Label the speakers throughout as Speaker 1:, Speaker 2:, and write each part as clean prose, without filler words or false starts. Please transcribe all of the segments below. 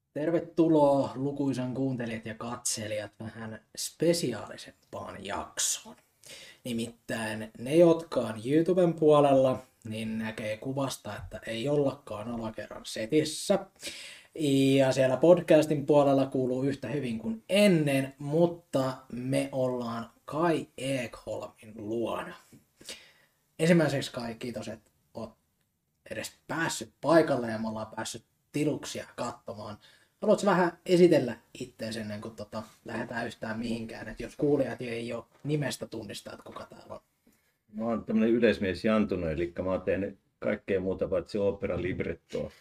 Speaker 1: Tervetuloa lukuisan kuuntelijat ja katselijat vähän spesiaalisempaan jaksoon. Nimittäin ne, jotka on YouTuben puolella, niin näkee kuvasta, että ei ollakaan alakerran setissä. Ja siellä podcastin puolella kuuluu yhtä hyvin kuin ennen, mutta me ollaan Kai Ekholmin luona. Ensimmäiseksi Kai, kiitos, että oot edes päässyt paikalle ja me ollaan päässyt tiluksia katsomaan. Haluatko vähän esitellä itseäsi ennen kuin lähdetään yhtään mihinkään, että jos kuulijat ei ole nimestä tunnistaa, että kuka täällä on?
Speaker 2: Mä oon tämmönen yleismies Jantunen, eli mä oon tehnyt kaikkea muuta paitsi opera librettoa.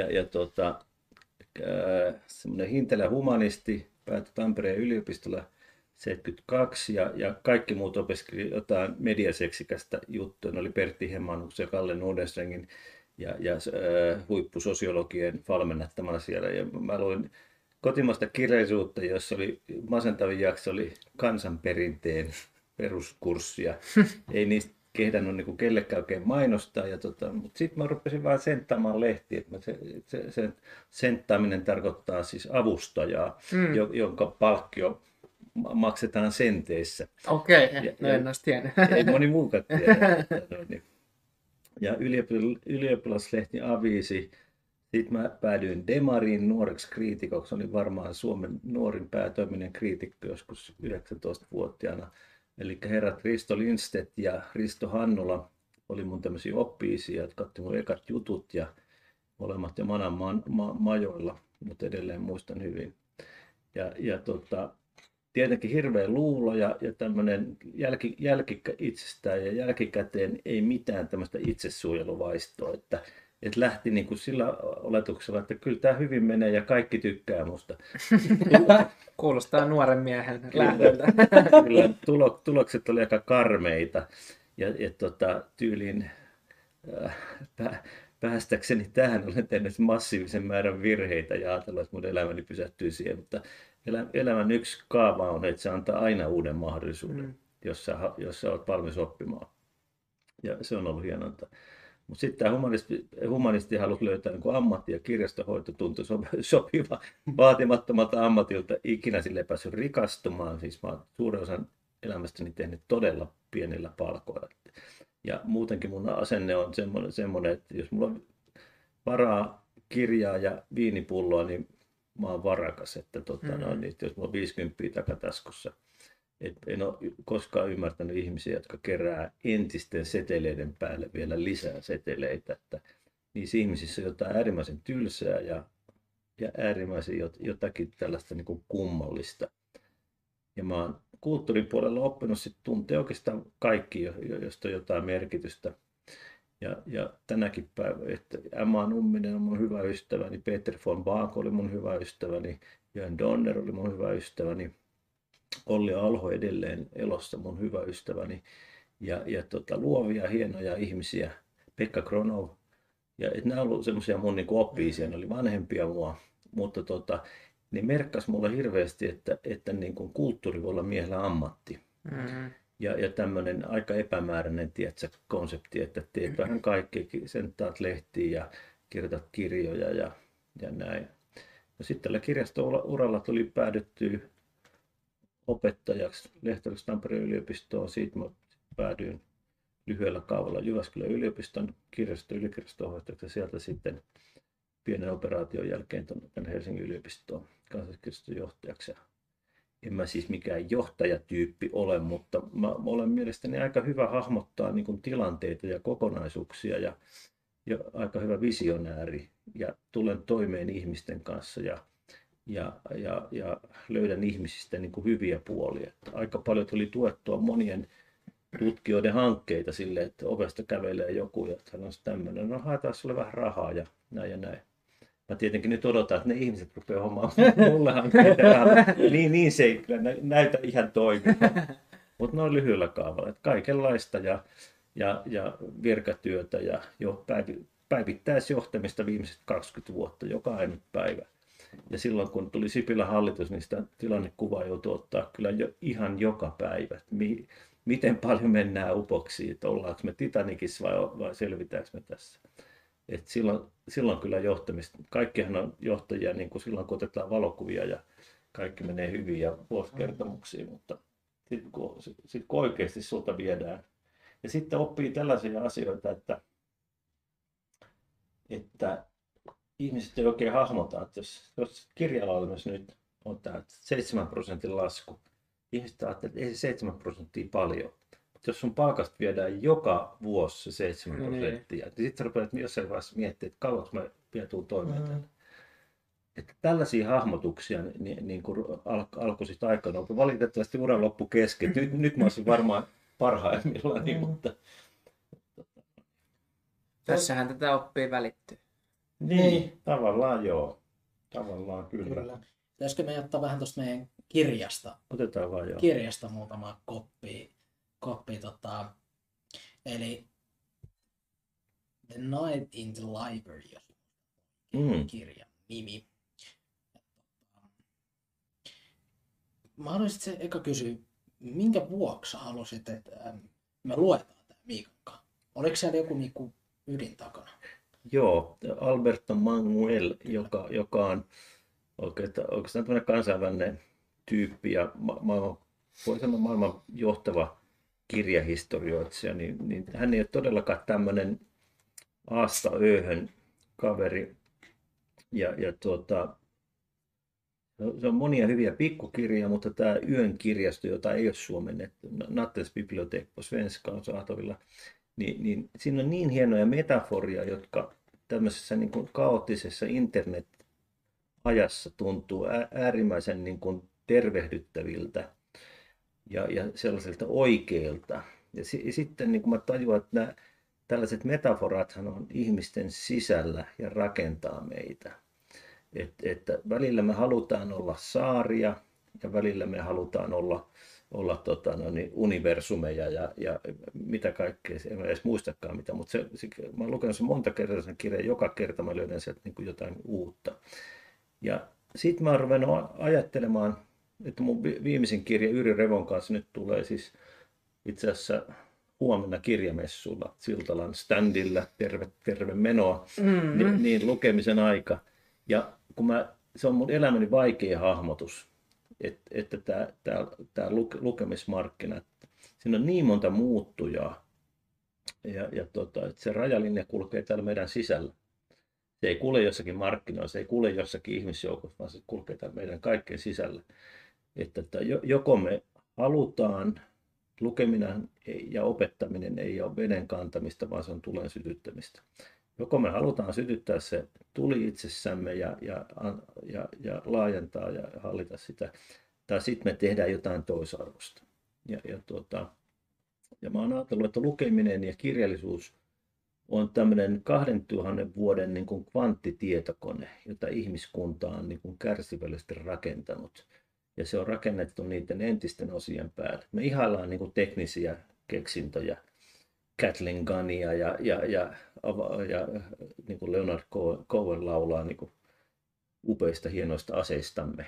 Speaker 2: Semmoinen hintelä humanisti, päätyi Tampereen yliopistolla 72 ja kaikki muut opiskeli jotain mediaseksikästä juttua. Ne oli Pertti Hemmanuksen ja Kalle Nordenstrengin ja huippusosiologien valmennattamana siellä. Ja mä luin kotimaista kirjallisuutta, jossa oli masentavin jakso oli kansanperinteen peruskurssia. Ei niistä kehdannut niinku kellekään oikein mainostaa. Mutta sitten mä rupesin vaan senttaamaan lehtiä. Se senttaaminen tarkoittaa siis avustajaa, jonka palkkio maksetaan senteissä.
Speaker 1: Okei, en olisi tiennyt.
Speaker 2: Ei moni muukaan tiedä. Ja ylioppilaslehti Aviisi. Sitten mä päädyin Demariin nuoreksi kriitikoksi. Olin varmaan Suomen nuorin päätoiminen kriitikko joskus 19-vuotiaana. Eli herrat Risto Lindstedt ja Risto Hannula oli mun tämmöisiä oppi-isiä, jotka otti mun ekat jutut ja molemmat jo Manan majoilla, mutta edelleen muistan hyvin. Tietenkin hirveä luulo ja tämmöinen itsestään ja jälkikäteen ei mitään tämmöistä itsesuojeluvaistoa, että lähti niin kuin sillä oletuksella, että kyllä tämä hyvin menee ja kaikki tykkää musta.
Speaker 1: Kuulostaa nuoren miehen lähdöltä.
Speaker 2: Kyllä tulokset oli aika karmeita ja tyyliin päästäkseni tähän olen tehnyt massiivisen määrän virheitä ja ajatellut, että mun elämäni pysähtyy siihen, mutta elämän yksi kaava on, että se antaa aina uuden mahdollisuuden, jos sä oot valmis oppimaan. Ja se on ollut hienonta. Mutta sitten tämä humanisti halusi löytää niin ammatti ja kirjastohoito tuntui sopiva vaatimattomalta ammatilta. Ikinä sille ei päässyt rikastumaan. Siis mä oon suuren osan elämästäni tehnyt todella pienillä palkoilla. Ja muutenkin mun asenne on semmoinen, että jos mulla on varaa kirjaa ja viinipulloa, niin mä oon varakas. Että jos mulla on 50 takataskussa. En ole koskaan ymmärtänyt ihmisiä, jotka kerää entisten seteleiden päälle vielä lisää seteleitä. Että niissä ihmisissä on jotain äärimmäisen tylsää ja äärimmäisen jotakin tällaista niin kuin kummallista. Ja mä oon kulttuurin puolella oppinut sitten tuntea oikeastaan kaikki, josta on jotain merkitystä. Ja tänäkin päivänä, että Emma Numminen on mun hyvä ystäväni, Peter von Baak oli mun hyvä ystäväni, Jörn Donner oli mun hyvä ystäväni. Olli Alho edelleen elossa, mun hyvä ystäväni, ja luovia, hienoja ihmisiä, Pekka Kronov. Ja nämä ovat semmoisia mun niin oppi-isiä, ne oli vanhempia mua, mutta ne merkkasi mulle hirveästi, että niin kuin kulttuuri voi olla miehellä ammatti. Ja tämmöinen aika epämääräinen konsepti, että teet vähän kaikkea, senttaat lehtiä ja kirjoitat kirjoja ja näin. No sitten tällä kirjasto-uralla tuli päädyttyä opettajaksi, lehtoriksi Tampereen yliopistoon. Siitä mä päädyin lyhyellä kaavalla Jyväskylän yliopiston ylikirjasto-ohjaajaksi ja sieltä sitten pienen operaation jälkeen tuonne Helsingin yliopistoon kansalliskirjaston johtajaksi. En mä siis mikään johtajatyyppi ole, mutta mä olen mielestäni aika hyvä hahmottaa niin kuin tilanteita ja kokonaisuuksia ja aika hyvä visionääri ja tulen toimeen ihmisten kanssa ja löydän ihmisistä niin kuin hyviä puolia. Että aika paljon tuli tuettua monien tutkijoiden hankkeita sille, että ovesta kävelee joku ja sanoo tämmöinen, no haetaan sulle vähän rahaa ja näin ja näin. Mä tietenkin nyt odotan, että ne ihmiset rupeaa hommaan mulle hankkeita rahaa. Niin se ei kyllä näytä ihan toimia. Mutta ne on lyhyellä kaavalla, että kaikenlaista ja virkatyötä ja päivittäisjohtamista viimeiset 20 vuotta joka ainut päivä. Ja silloin kun tuli Sipilän hallitus, niin sitä tilannekuvaa joutui ottaa kyllä ihan joka päivä. Miten paljon mennään upoksiin, että ollaanko me Titanicissa vai selvitäänkö me tässä. Et silloin kyllä johtamista. Kaikkihan on johtajia niin kuin silloin, kun otetaan valokuvia ja kaikki menee hyvin ja vuosikertomuksia, mutta sit kun oikeasti sulta viedään. Ja sitten oppii tällaisia asioita, että ihmiset ei oikein hahmota, että jos kirjalaulimus nyt on tämä 7% lasku, ihmiset ajattelee, että ei se 7% paljon. Mutta jos sun palkasta viedään joka vuosi se 7%, niin sitten rupeat jossain vaiheessa miettimään, että kauanko mä vielä tuun toimeen tällä. Että tällaisia hahmotuksia niin kuin alkoi sitten aikana. Valitettavasti uran loppu kesken. Nyt mä olisin varmaan parhaimmillaan, mutta...
Speaker 3: Tässähän tätä oppii välittyy.
Speaker 2: Niin, tavallaan joo. Tavallaan kyllä.
Speaker 1: Pitäisikö me ottaa vähän tuosta meidän kirjasta?
Speaker 2: Otetaan vaan joo.
Speaker 1: Kirjasta muutama koppi. Eli The Night in the Library, kirjan nimi. Mä haluaisin se eka kysyä, minkä vuoksi halusit, että me luetaan tämä Miikan kanssa? Oliko siellä joku niinku ydin takana?
Speaker 2: Joo, Alberto Manguel, joka on oikeastaan tämmöinen kansainvälinen tyyppi ja voi sanoa maailman johtava kirjahistorioitsija, niin hän ei ole todellakaan tämmöinen Aasta Öhön kaveri. Se on monia hyviä pikkukirjoja, mutta tämä Yön kirjasto, jota ei ole suomennettu, Nattens bibliotek på svenska on saatavilla, niin siinä on niin hienoja metaforia, jotka tämmöisessä niin kuin kaoottisessa internet-ajassa tuntuu äärimmäisen niin kuin tervehdyttäviltä ja sellaisilta oikeilta. Ja sitten niin kuin mä tajuan, että nämä tällaiset metaforathan on ihmisten sisällä ja rakentaa meitä. Että välillä me halutaan olla saaria ja välillä me halutaan olla universumeja ja mitä kaikkea, en edes muistakaan mitä, mutta mä olen lukenut sen monta kertaa sen kirjan, joka kerta mä löydän sieltä niin kuin jotain uutta. Ja sitten mä olen ruvennut ajattelemaan, että mun viimeisin kirja Yri Revon kanssa nyt tulee siis itse asiassa huomenna kirjamessulla Siltalan standilla, terve menoa, niin lukemisen aika. Ja kun se on mun elämäni vaikea hahmotus, että tämä lukemismarkkina, siinä on niin monta muuttujaa, että se rajalinja kulkee täällä meidän sisällä. Se ei kulje jossakin markkinoilla, se ei kulje jossakin ihmisjoukossa, vaan se kulkee täällä meidän kaikkien sisällä. Että joko me halutaan, lukeminen ja opettaminen ei ole veden kantamista, vaan se on tulen sytyttämistä. Joko me halutaan sytyttää se tuli itsessämme ja laajentaa ja hallita sitä, tai sitten me tehdään jotain toisarvosta. Ja mä oon ajatellut, että lukeminen ja kirjallisuus on tämmöinen 2000 vuoden niin kuin kvanttitietokone, jota ihmiskunta on niin kuin kärsivällisesti rakentanut. Ja se on rakennettu niiden entisten osien päälle. Me ihaillaan niin kuin teknisiä keksintöjä, Kathleen Gunnia ja niin kuin Leonard Cohen laulaa niin kuin upeista hienoista aseistamme.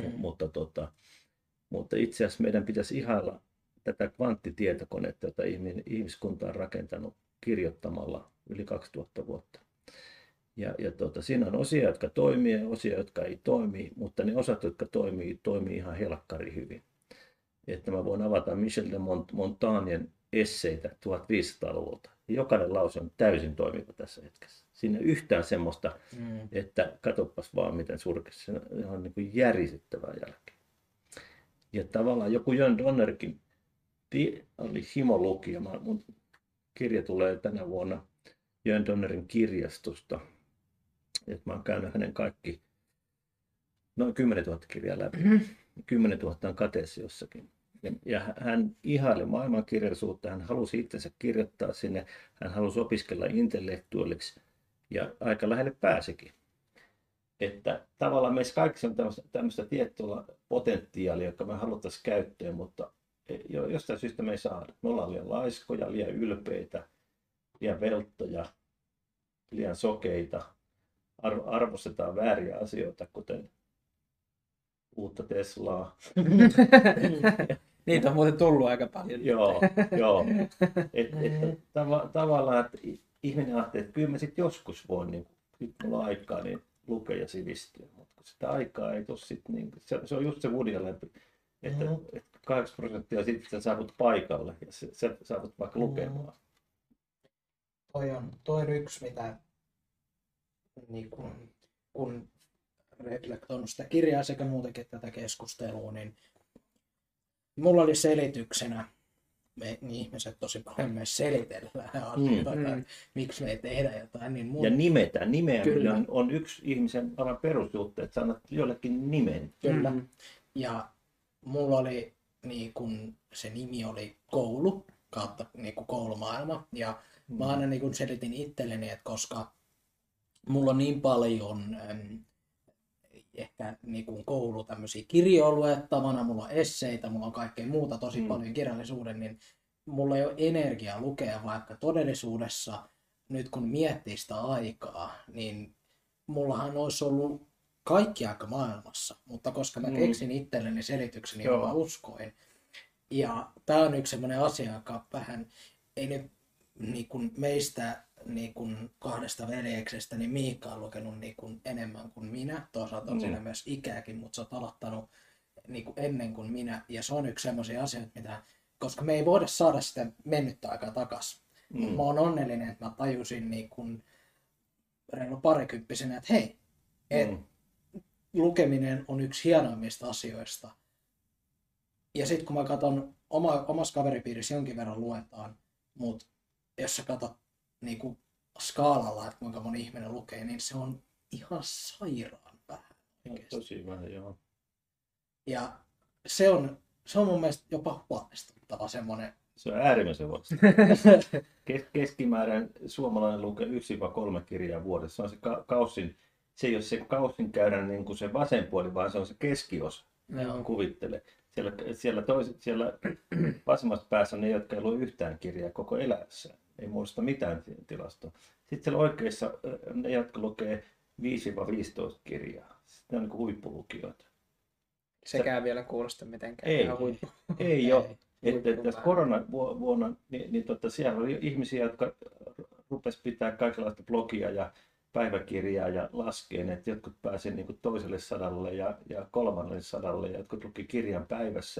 Speaker 2: Mutta itse asiassa meidän pitäisi ihailla tätä kvanttitietokonetta, jota ihmiskunta on rakentanut kirjoittamalla yli 2000 vuotta. Siinä on osia, jotka toimii ja osia, jotka ei toimi, mutta ne osat, jotka toimii ihan helkkari hyvin. Että mä voin avata Michel de Montaignen esseitä 1500-luvulta. Jokainen lause on täysin toimiva tässä hetkessä. Siinä ei yhtään semmoista, että katsopas vaan miten surkeassa, se on niin kuin järisyttävää jälkeen. Ja tavallaan joku Jön Donnerkin oli himolukija. Mun kirja tulee tänä vuonna Jön Donnerin kirjastosta. Mä oon käynyt hänen kaikki noin 10 000 kirjaa läpi. 10 000 on kateessa jossakin. Ja hän ihaili maailmankirjallisuutta, hän halusi itsensä kirjoittaa sinne, hän halusi opiskella intellektuaaliksi ja aika lähelle pääsikin. Että tavallaan meissä kaikissa on tämmöistä tiettyä potentiaalia, joka me haluttaisiin käyttöön, mutta jostain syystä me ei saada. Me ollaan liian laiskoja, liian ylpeitä, liian velttoja, liian sokeita, arvostetaan vääriä asioita, kuten uutta Teslaa.
Speaker 3: Niitä on muuten tullut aika paljon.
Speaker 2: Joo. Tavallaan, että ihminen ajattelee, että kyllä mä sitten joskus voin, niin nyt mulla on aikaa, niin lukea ja sivistyä. Mutta kun sitä aikaa ei tule sitten, niin se on just se Woody Allen, että 8% sitten sä saavut paikalle ja sä saavut vaikka lukemaan.
Speaker 1: Toi on yksi, mitä niin kun reflektoinut sitä kirjaa sekä muutenkin tätä keskustelua, niin mulla oli selityksenä, niin ihmiset tosi paljon myös selitellään asioita, miksi me ei tehdä jotain. Niin
Speaker 2: Ja nimeäminen on yksi ihmisen aivan perusjuttu, että sanot jollekin nimen.
Speaker 1: Kyllä. Ja mulla oli, niin kun, se nimi oli koulu kautta niin kun koulumaailma. Ja mä aina niin kun selitin itselleni, että koska mulla on niin paljon ehkä niin kuin koulu tämmöisiä kirjoja luettavana, mulla on esseitä, mulla on kaikkea muuta tosi paljon kirjallisuuden, niin mulla ei ole energiaa lukea, vaikka todellisuudessa nyt kun miettii sitä aikaa, niin mullahan olisi ollut kaikki aika maailmassa, mutta koska mä keksin itselleni selityksen, niin mä uskoin. Ja tää on yksi semmoinen asia, joka vähän, ei nyt niin kuin meistä niin kuin kahdesta veljeksestä, niin Miikka on lukenut niin kuin enemmän kuin minä. Toisaalta on siinä myös ikääkin, mutta se on aloittanut niin kuin ennen kuin minä. Ja se on yksi semmoisia asioita, mitä, koska me ei voida saada sitä mennyttä aikaa takaisin. Mä oon onnellinen, että mä tajusin niin kuin reilu parikymppisenä, että hei, lukeminen on yksi hienoimmista asioista. Ja sitten kun mä katson omassa kaveripiirissä jonkin verran luetaan, mutta jos sä katsot niin kuin skaalalla, että kuinka moni ihminen lukee, niin se on ihan sairaan vähän.
Speaker 2: Tosi vähän, joo.
Speaker 1: Ja se on mun mielestä jopa huolestuttava semmoinen.
Speaker 2: Se on äärimmäisen huolesta. Keskimäärin suomalainen lukee 1-3 kirjaa vuodessa. Se on se kaussin, se ei ole se kaussin käydä niin kuin se vasen puoli, vaan se on se keskiosa. Kuvittele. Siellä vasemmassa päässä on ne, jotka ei lue yhtään kirjaa koko elämässään. Ei muista mitään tilastoa. Sitten siellä oikeassa ne, jotka lukee 5-15 kirjaa. Sitten ne on niin kuin huippulukijoita.
Speaker 3: Sekään vielä kuulosta mitenkään.
Speaker 2: Ei ole. Että tässä koronavuonna niin siellä oli ihmisiä, jotka rupesivat pitää kaikenlaista blogia ja päiväkirjaa ja laskeen, että jotkut pääsivät niin kuin toiselle sadalle ja 300 ja jotkut luki kirjan päivässä.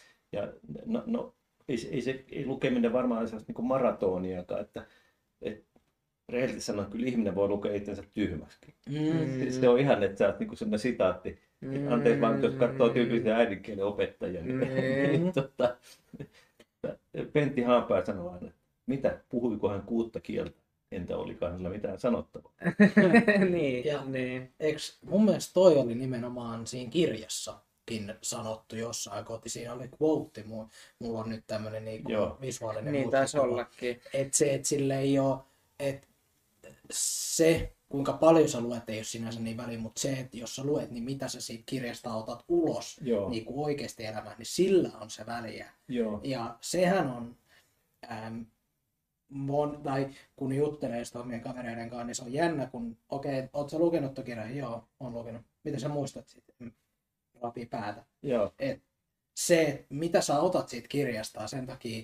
Speaker 2: Ei lukeminen varmaan ole sellaista niin kuin maratoniakaan, että rehellisesti sanoen, kyllä ihminen voi lukea itsensä tyhmäksi. Se on ihan, että sä oot niin sellainen sitaatti. Anteeksi vaan, jos katsoo tyypillisiä äidinkielen opettajia, niin Pentti Haanpää sanoi aina, että mitä, puhuiko hän 6 kieltä? Entä olikaan hänellä mitään sanottavaa?
Speaker 3: niin.
Speaker 1: Mun mielestä toi oli nimenomaan siinä kirjassakin sanottu jossain kohti. Siinä oli quote, mulla on nyt tämmönen niinku visuaalinen
Speaker 3: niin taisi ollakin.
Speaker 1: Että se, että sille ei ole, että se kuinka paljon sä luet ei ole sinänsä niin väliin, mutta se, että jos sä luet, niin mitä sä siitä kirjasta otat ulos niin kuin oikeasti elämään, niin sillä on se väliä. Ja sehän on, tai kun juttelee sitä omien kavereiden kanssa, niin se on jännä, kun oot sä lukenut tuon kirjan? Joo, on lukenut. Mitä sä muistat siitä? Rapii päätä. Et se, mitä sä otat siitä kirjasta, sen takia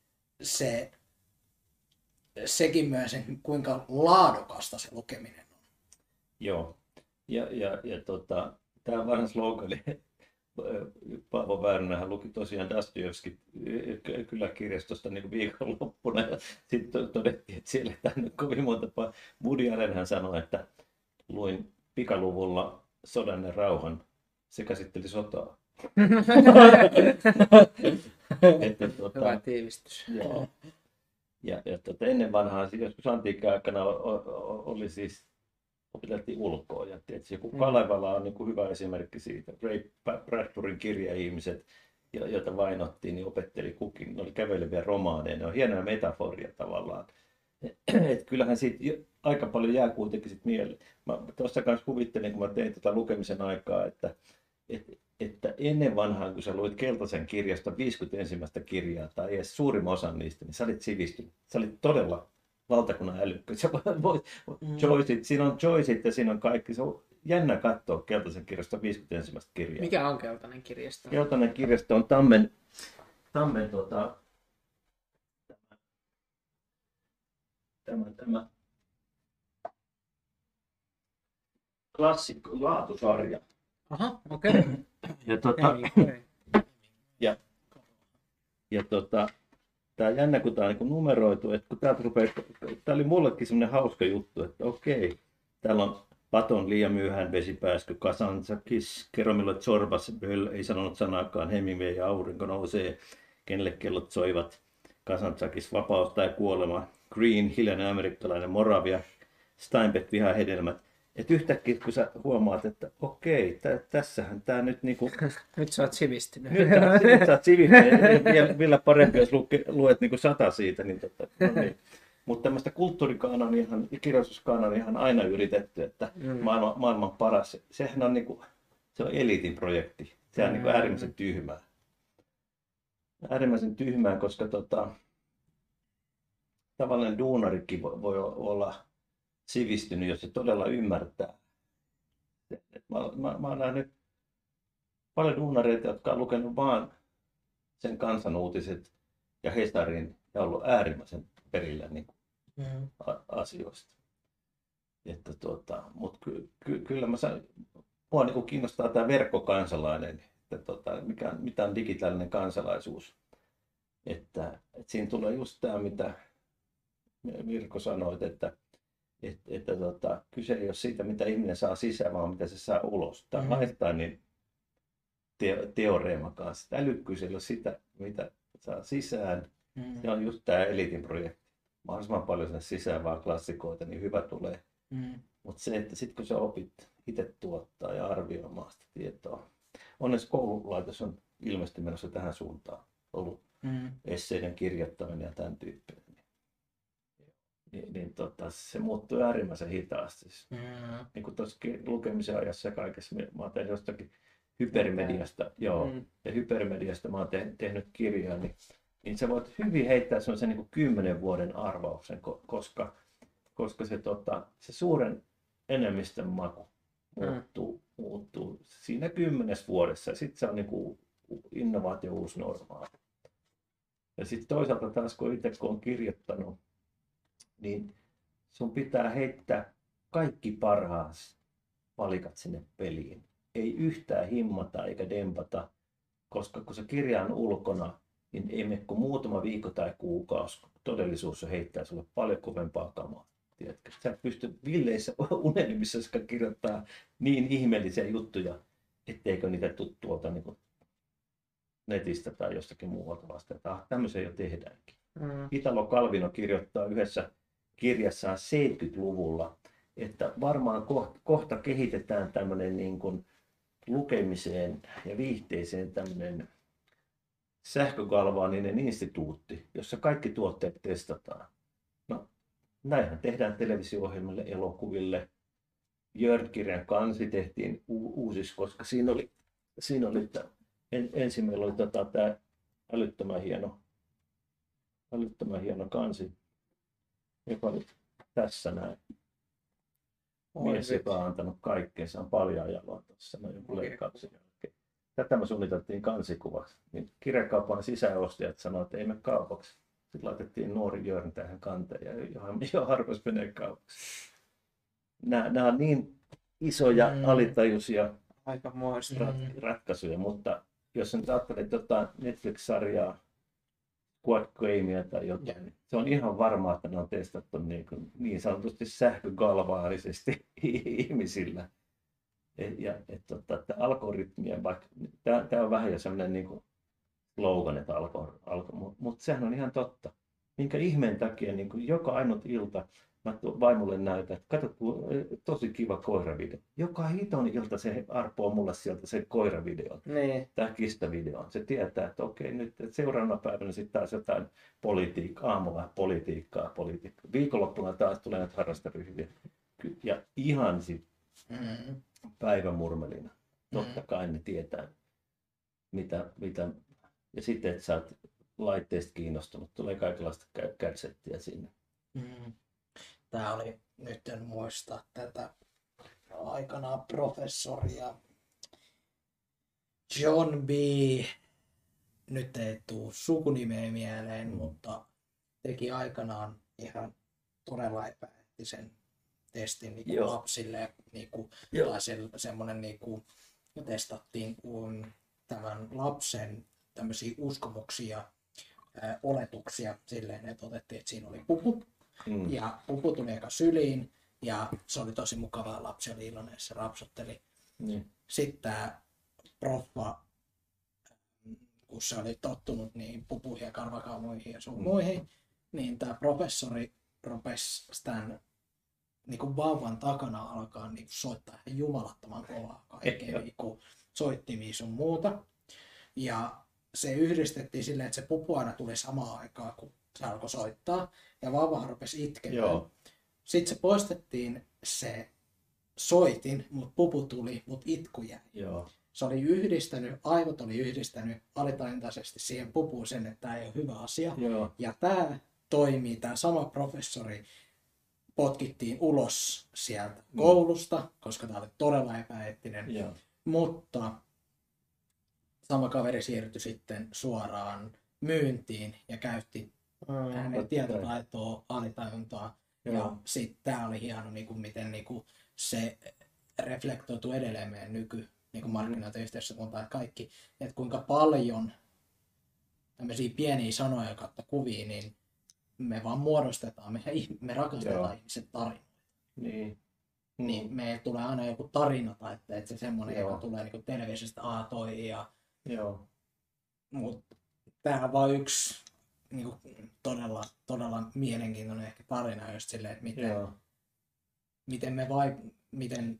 Speaker 1: sekin myös, kuinka laadukasta se lukeminen on.
Speaker 2: Joo. Ja tämä vanha slogani, Paavo Väyrynähän luki tosiaan Dostojevskin kyläkirjastosta niin viikonloppuna ja sitten todettiin, että siellä ei tänne kovin monta. Woody Allenhän sanoi, että luin pikaluvulla Sodan ja rauhan. Se käsitteli sotaa.
Speaker 3: Hyvä tiivistys.
Speaker 2: Joo. Ja ennen vanhaa, joskus antiikin aikana oli siis, opeteltiin ulkoa. Ja tietysti joku Kalevala on niin kuin hyvä esimerkki siitä. Ray Bradburyn kirjaihmiset, joita vainottiin, niin opetteli kukin. Ne oli käveleviä romaaneja, ne on hienoja metaforia tavallaan. Et kyllähän siitä aika paljon jää kuitenkin sit mieleen. Mä tuossa kanssa kuvittelin, kun mä tein tätä lukemisen aikaa, että ennen vanhaan, kun sä luit keltaisen kirjasta 51. kirjaa tai edes suurimman osan niistä, niin sä olit sivistynyt. Sä olit todella valtakunnan älykkö. Siinä on joyceit ja siinä on kaikki. Se on jännä katsoa keltaisen kirjasta 51. kirjaa.
Speaker 3: Mikä on keltainen kirjasto?
Speaker 2: Keltainen kirjasto on Tammen tämä klassikko laatusarja.
Speaker 3: Aha, okei.
Speaker 2: Ja tää on jännä, kun tää on niin numeroitu, että kun täältä rupeaa, tää oli mullekin semmonen hauska juttu, että okei, täällä on Platon, liian myöhään vesipääskö, Kazantzakis, kerro milloin Zorbas, Böll ei sanonut sanaakaan, Hemingway ja aurinko nousee, kenelle kellot soivat, Kazantzakis, vapaus tai kuolema, Green, hiljainen amerikkalainen, Moravia, Steinbeck, vihaa hedelmät. Että yhtäkkiä kun sä huomaat, että okei, tässähän tää nyt niinku...
Speaker 3: Nyt sä oot sivistynyt.
Speaker 2: Nyt sä oot sivistynyt. Vielä parempi, jos luet niinku 100 siitä. Niin no niin. Mutta tämmöistä kulttuurikaanoniahan ja kirjallisuuskaanoniahan aina yritetty, että maailman paras. Sehän on niinku, se on eliitin projekti. Se on niinku äärimmäisen tyhmää. Äärimmäisen tyhmää, koska tavallinen duunarikin voi olla sivistynyt, jos se todella ymmärtää. Mä oon nähnyt paljon duunareita, jotka on lukenut vaan sen Kansan-uutiset ja Hesarin ja ollut äärimmäisen perillä niin asioista. Mutta kyllä mua niin kiinnostaa tämä verkkokansalainen, että mitä on digitaalinen kansalaisuus. Että siinä tulee just tämä, mitä Mirko sanoit, että kyse ei ole siitä, mitä ihminen saa sisään, vaan mitä se saa ulos. Tämä Einsteinin teoreema kanssa. Älykkyys ei ole sitä, mitä saa sisään. Se on just tämä eliitin projekti. Mahdollisimman paljon sinne sisään vaan klassikoita, niin hyvä tulee. Mutta se, että sitten kun sä opit itse tuottaa ja arvioimaan sitä tietoa. Onneksi koululaitos on ilmeisesti menossa tähän suuntaan. Ollut esseiden kirjoittaminen ja tämän tyyppinen. Se muuttuu äärimmäisen hitaasti. Niin kuin tuossa lukemisen ajassa ja kaikessa, mä oon tehnyt jostakin hypermediasta, ja hypermediasta mä oon tehnyt kirjaa, niin sä voit hyvin heittää sellaisen niin kuin 10 vuoden arvauksen, koska se suuren enemmistön maku muuttuu siinä 10 vuodessa, ja sitten se on niin kuin innovaatio uusi normaali. Ja sitten toisaalta taas, kun on kirjoittanut, niin sun pitää heittää kaikki parhaat palikat sinne peliin. Ei yhtään himmata eikä dempata, koska kun se kirja on ulkona, niin ei mene kuin muutama viikko tai kuukausi. Todellisuus heittää sulle paljon kovempaa kamaa. Tiedätkö? Sä et pysty villeissä unelmissa kirjoittaa niin ihmeellisiä juttuja, etteikö niitä tule tuolta niin netistä tai jostakin muualta vasta. Tämmöisiä jo tehdäänkin. Italo Calvino kirjoittaa yhdessä kirjassaan 70-luvulla, että varmaan kohta kehitetään tämmöinen niin kuin lukemiseen ja viihteeseen tämmöinen sähkögalvaaninen instituutti, jossa kaikki tuotteet testataan. No, näinhän tehdään televisio-ohjelmille, elokuville. Jörn-kirjan kansi tehtiin uusiksi, koska siinä oli ensin meillä oli tämä älyttömän hieno kansi, joka oli tässä näin. Mies, joka on antanut kaikkeensa, on paljon jaloa tuossa, no joku leikkauksen jälkeen. Tätä me suunniteltiin kansikuvaksi. Niin kirjakaupan sisäostajat sanoivat, että ei mene kaupaksi. Sitten laitettiin nuori Jörn tähän kanteen ja jo harvoin menee kaupaksi. Nämä on niin isoja alitajuisia ratkaisuja, mutta jos nyt ajattelet Netflix-sarjaa, Squid Gamea tai jotain, niin se on ihan varmaa, että ne on testattu niin sanotusti sähkögalvaanisesti ihmisillä. Että algoritmia, vaikka tämä on vähän jo sellainen niin slogan, että mutta sehän on ihan totta. Minkä ihmeen takia niin joka ainut ilta mä vaimolle näytän, että kato, tosi kiva koiravideo. Joka hiton ilta se arpoo mulle sieltä se koiravideo, tai kistavideo. Se tietää, että okei, nyt seuraavana päivänä sitten taas jotain aamulla politiikkaa. Viikonloppuna taas tulee näitä harrasteryhmiä. Ja ihan sitten päivämurmelina. Totta kai ne tietää, mitä. Ja sitten, että sä oot laitteista kiinnostunut, tulee kaikenlaista gadgettia sinne.
Speaker 1: Tämä oli, nyt en muista tätä aikanaan professoria John B. Nyt ei tule sukunimeä mieleen, mutta teki aikanaan ihan todella epäeettisen testin niin kuin
Speaker 2: Joo.
Speaker 1: lapsille, niin kuin,
Speaker 2: Joo.
Speaker 1: tai semmoinen niin kuin, testattiin kuin tämän lapsen tämmöisiä uskomuksia, oletuksia silleen, että otettiin, että siinä oli pupu, ja pupu tuli eka syliin, ja se oli tosi mukavaa, lapsi oli iloinen, se rapsutteli. Sitten tämä proffa, kun se oli tottunut niin pupuihin ja karvakaumoihin ja sun muihin, niin tämä professori rupesi tämän niin kuin vauvan takana alkaa niin kuin soittaa jumalattoman kovaa kaikkea niin kuin soittimia sun muuta. Ja se yhdistettiin silleen, että se pupu aina tuli samaan aikaan, kun se alkoi soittaa, ja vauva rupesi itkemään. Sitten se poistettiin se soitin, mutta pupu tuli, mutta itku jäi. Se oli yhdistänyt, aivot oli yhdistänyt alitajuntaisesti siihen pupuun sen, että tämä ei ole hyvä asia. Ja tämä toimii, tämä sama professori potkittiin ulos sieltä koulusta, koska tämä oli todella epäeettinen. Mutta sama kaveri siirtyi sitten suoraan myyntiin ja käytti hänen tietotaitoa, alitajuntaa. Ja sitten tämä oli hieno, niin kuin, miten niin kuin, se reflektoituu edelleen meidän niin markkinointiyhteiskuntaan ja kaikki, että kuinka paljon tämmöisiä pieniä sanoja kautta kuvia, niin me vaan muodostetaan, me rakastetaan ihmisen tarinoita. Niin meillä tulee aina joku tarina, tai että se semmoinen, joka tulee niin televisiosta toi ja... Mutta tämä on vain yksi niin kuin, todella mielenkiintoinen ehkä tarina just silleen, että miten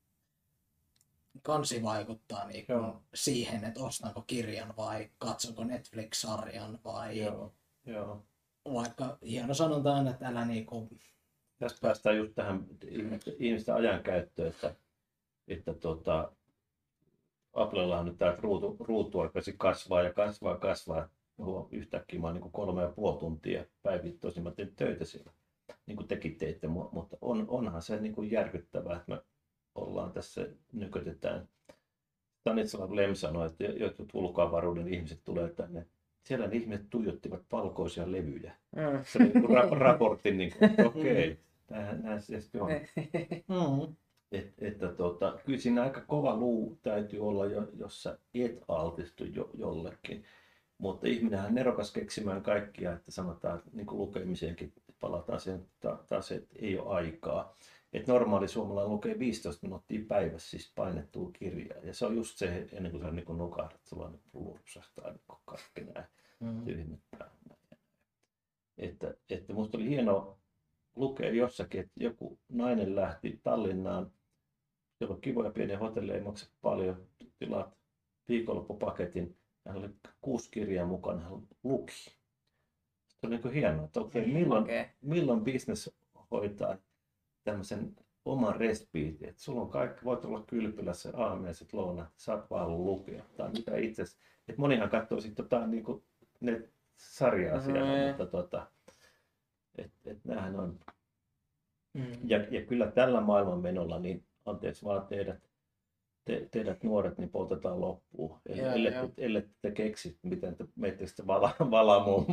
Speaker 1: kansi vaikuttaa niin kuin siihen, että ostanko kirjan vai katsonko Netflix-sarjan vai vaikka hieno sanotaan, että älä niinku...
Speaker 2: Tässä päästään just tähän ihmisten ajankäyttöön, että Applellahan nyt tämä ruutuaikasi kasvaa. Yhtäkkiä mä oon niin 3,5 tuntia päivittäin, mä teen töitä siellä, niin kuin tekin teitte, mutta onhan se niin kuin järkyttävää, että me ollaan tässä, nykötetään. Stanislav Lem sanoi, että jotkut ulkoavaruuden ihmiset tulee tänne. Siellä ne ihmiset tuijottivat valkoisia levyjä. Se oli niin raportti, niin okei, näin se sitten on. Kyllä siinä aika kova luu täytyy olla, jos sä et altistu jollekin. Mutta ihminenhän on nerokas keksimään kaikkia, että sanotaan, että niin kuin lukemiseenkin palataan siihen taas, että ei ole aikaa. Että normaali suomalainen lukee 15 minuuttia päivässä siis painettua kirjaa. Ja se on just se, ennen kuin sä niin nukahdat, sulla on pulpsahtaa niin kaikki nämä tyhmät päällä. Että musta oli hienoa lukea jossakin, että joku nainen lähti Tallinnaan, siellä on kivoja pieniä hotelleja, ei maksa paljon, tilaat viikonloppupaketin. Hän oli 6 kirjaa mukana, hän luki. Se oli niin hienoa, että milloin business hoitaa tämmöisen oman respiitin, että sulla on kaikki, voit olla kylpylässä aamiaiset lounat, saat vaan lukea tai mitä itse. Että monihan katsoo sitten niin kuin ne sarjaa siellä, mutta et näähän on. Ja kyllä tällä maailmanmenolla, niin anteeksi vaan teidät nuoret, niin poltetaan loppuun. Ellei te keksit, miten te menette sitten valamoon,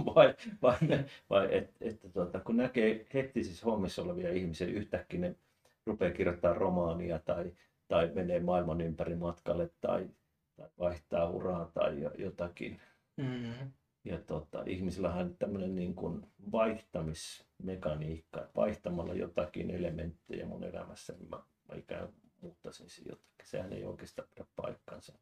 Speaker 2: kun näkee hektisissä hommissa olevia ihmisiä, yhtäkkiä ne rupeaa kirjoittamaan romaania tai menee maailman ympäri matkalle tai vaihtaa uraa tai jotakin. Ja ihmisillähän on tämmöinen niin kuin vaihtamismekaniikka, vaihtamalla jotakin elementtejä mun elämässä, niin mä ikään muuttaisin sen jotakin. Sehän ei oikeastaan pidä paikkansa.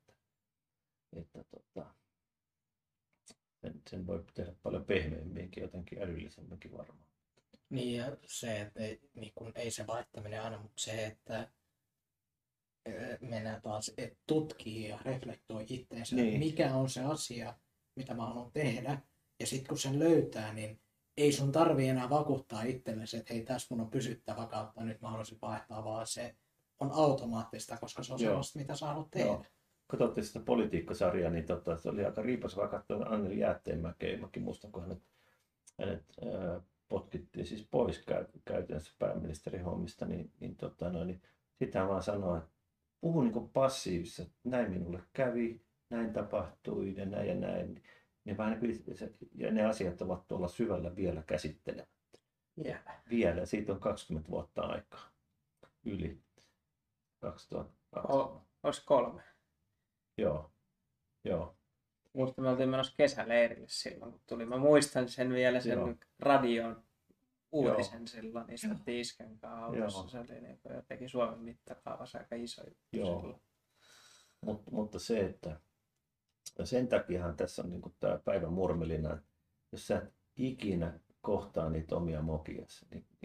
Speaker 2: Sen voi tehdä paljon pehmeämminkin, jotenkin älyllisemminkin varmaan.
Speaker 1: Niin ja se, että ei se vaihtaminen aina, mutta se, että mennään taas, että tutkii ja reflektoi itseensä, mikä on se asia, mitä mä haluan tehdä. Ja sitten kun sen löytää, niin ei sun tarvii enää vakuuttaa itsellesi, että hei, tässä mun on pysyttävä kautta, nyt mä haluaisin vaihtaa, vaan se on automaattista, koska se on sellaista, mitä sä haluat tehdä.
Speaker 2: Katsotte sitä politiikkasarjaa, niin se oli aika riipasvaa katsoa Anneli Jäätteenmäkeä. Mäkin muistan, kun hänet potkittiin siis pois käytännössä pääministerihommista, niin sitten hän vaan sanoi, että puhu niin passiivissa, että näin minulle kävi, näin tapahtui ja näin ja näin. Niin vähän niin kuin, ja ne asiat ovat tuolla syvällä vielä käsittelemättä.
Speaker 3: Yeah.
Speaker 2: Vielä, siitä on 20 vuotta aikaa. Yli 2002.
Speaker 3: Olisi 3.
Speaker 2: Joo.
Speaker 3: Musta me oltiin menossa kesäleirille silloin, kun tuli. Mä muistan sen vielä, sen
Speaker 2: Joo.
Speaker 3: radion uutisen silloin. Istuttiin iskän kanssa autossa.
Speaker 2: Joo.
Speaker 3: Se oli niin kuin jotenkin Suomen mittakaavassa aika iso juttu silloin.
Speaker 2: Mutta se, että sen takiahan tässä on niin tämä päivän murmelina, että jos sä et ikinä kohtaa niitä omia mokiasi,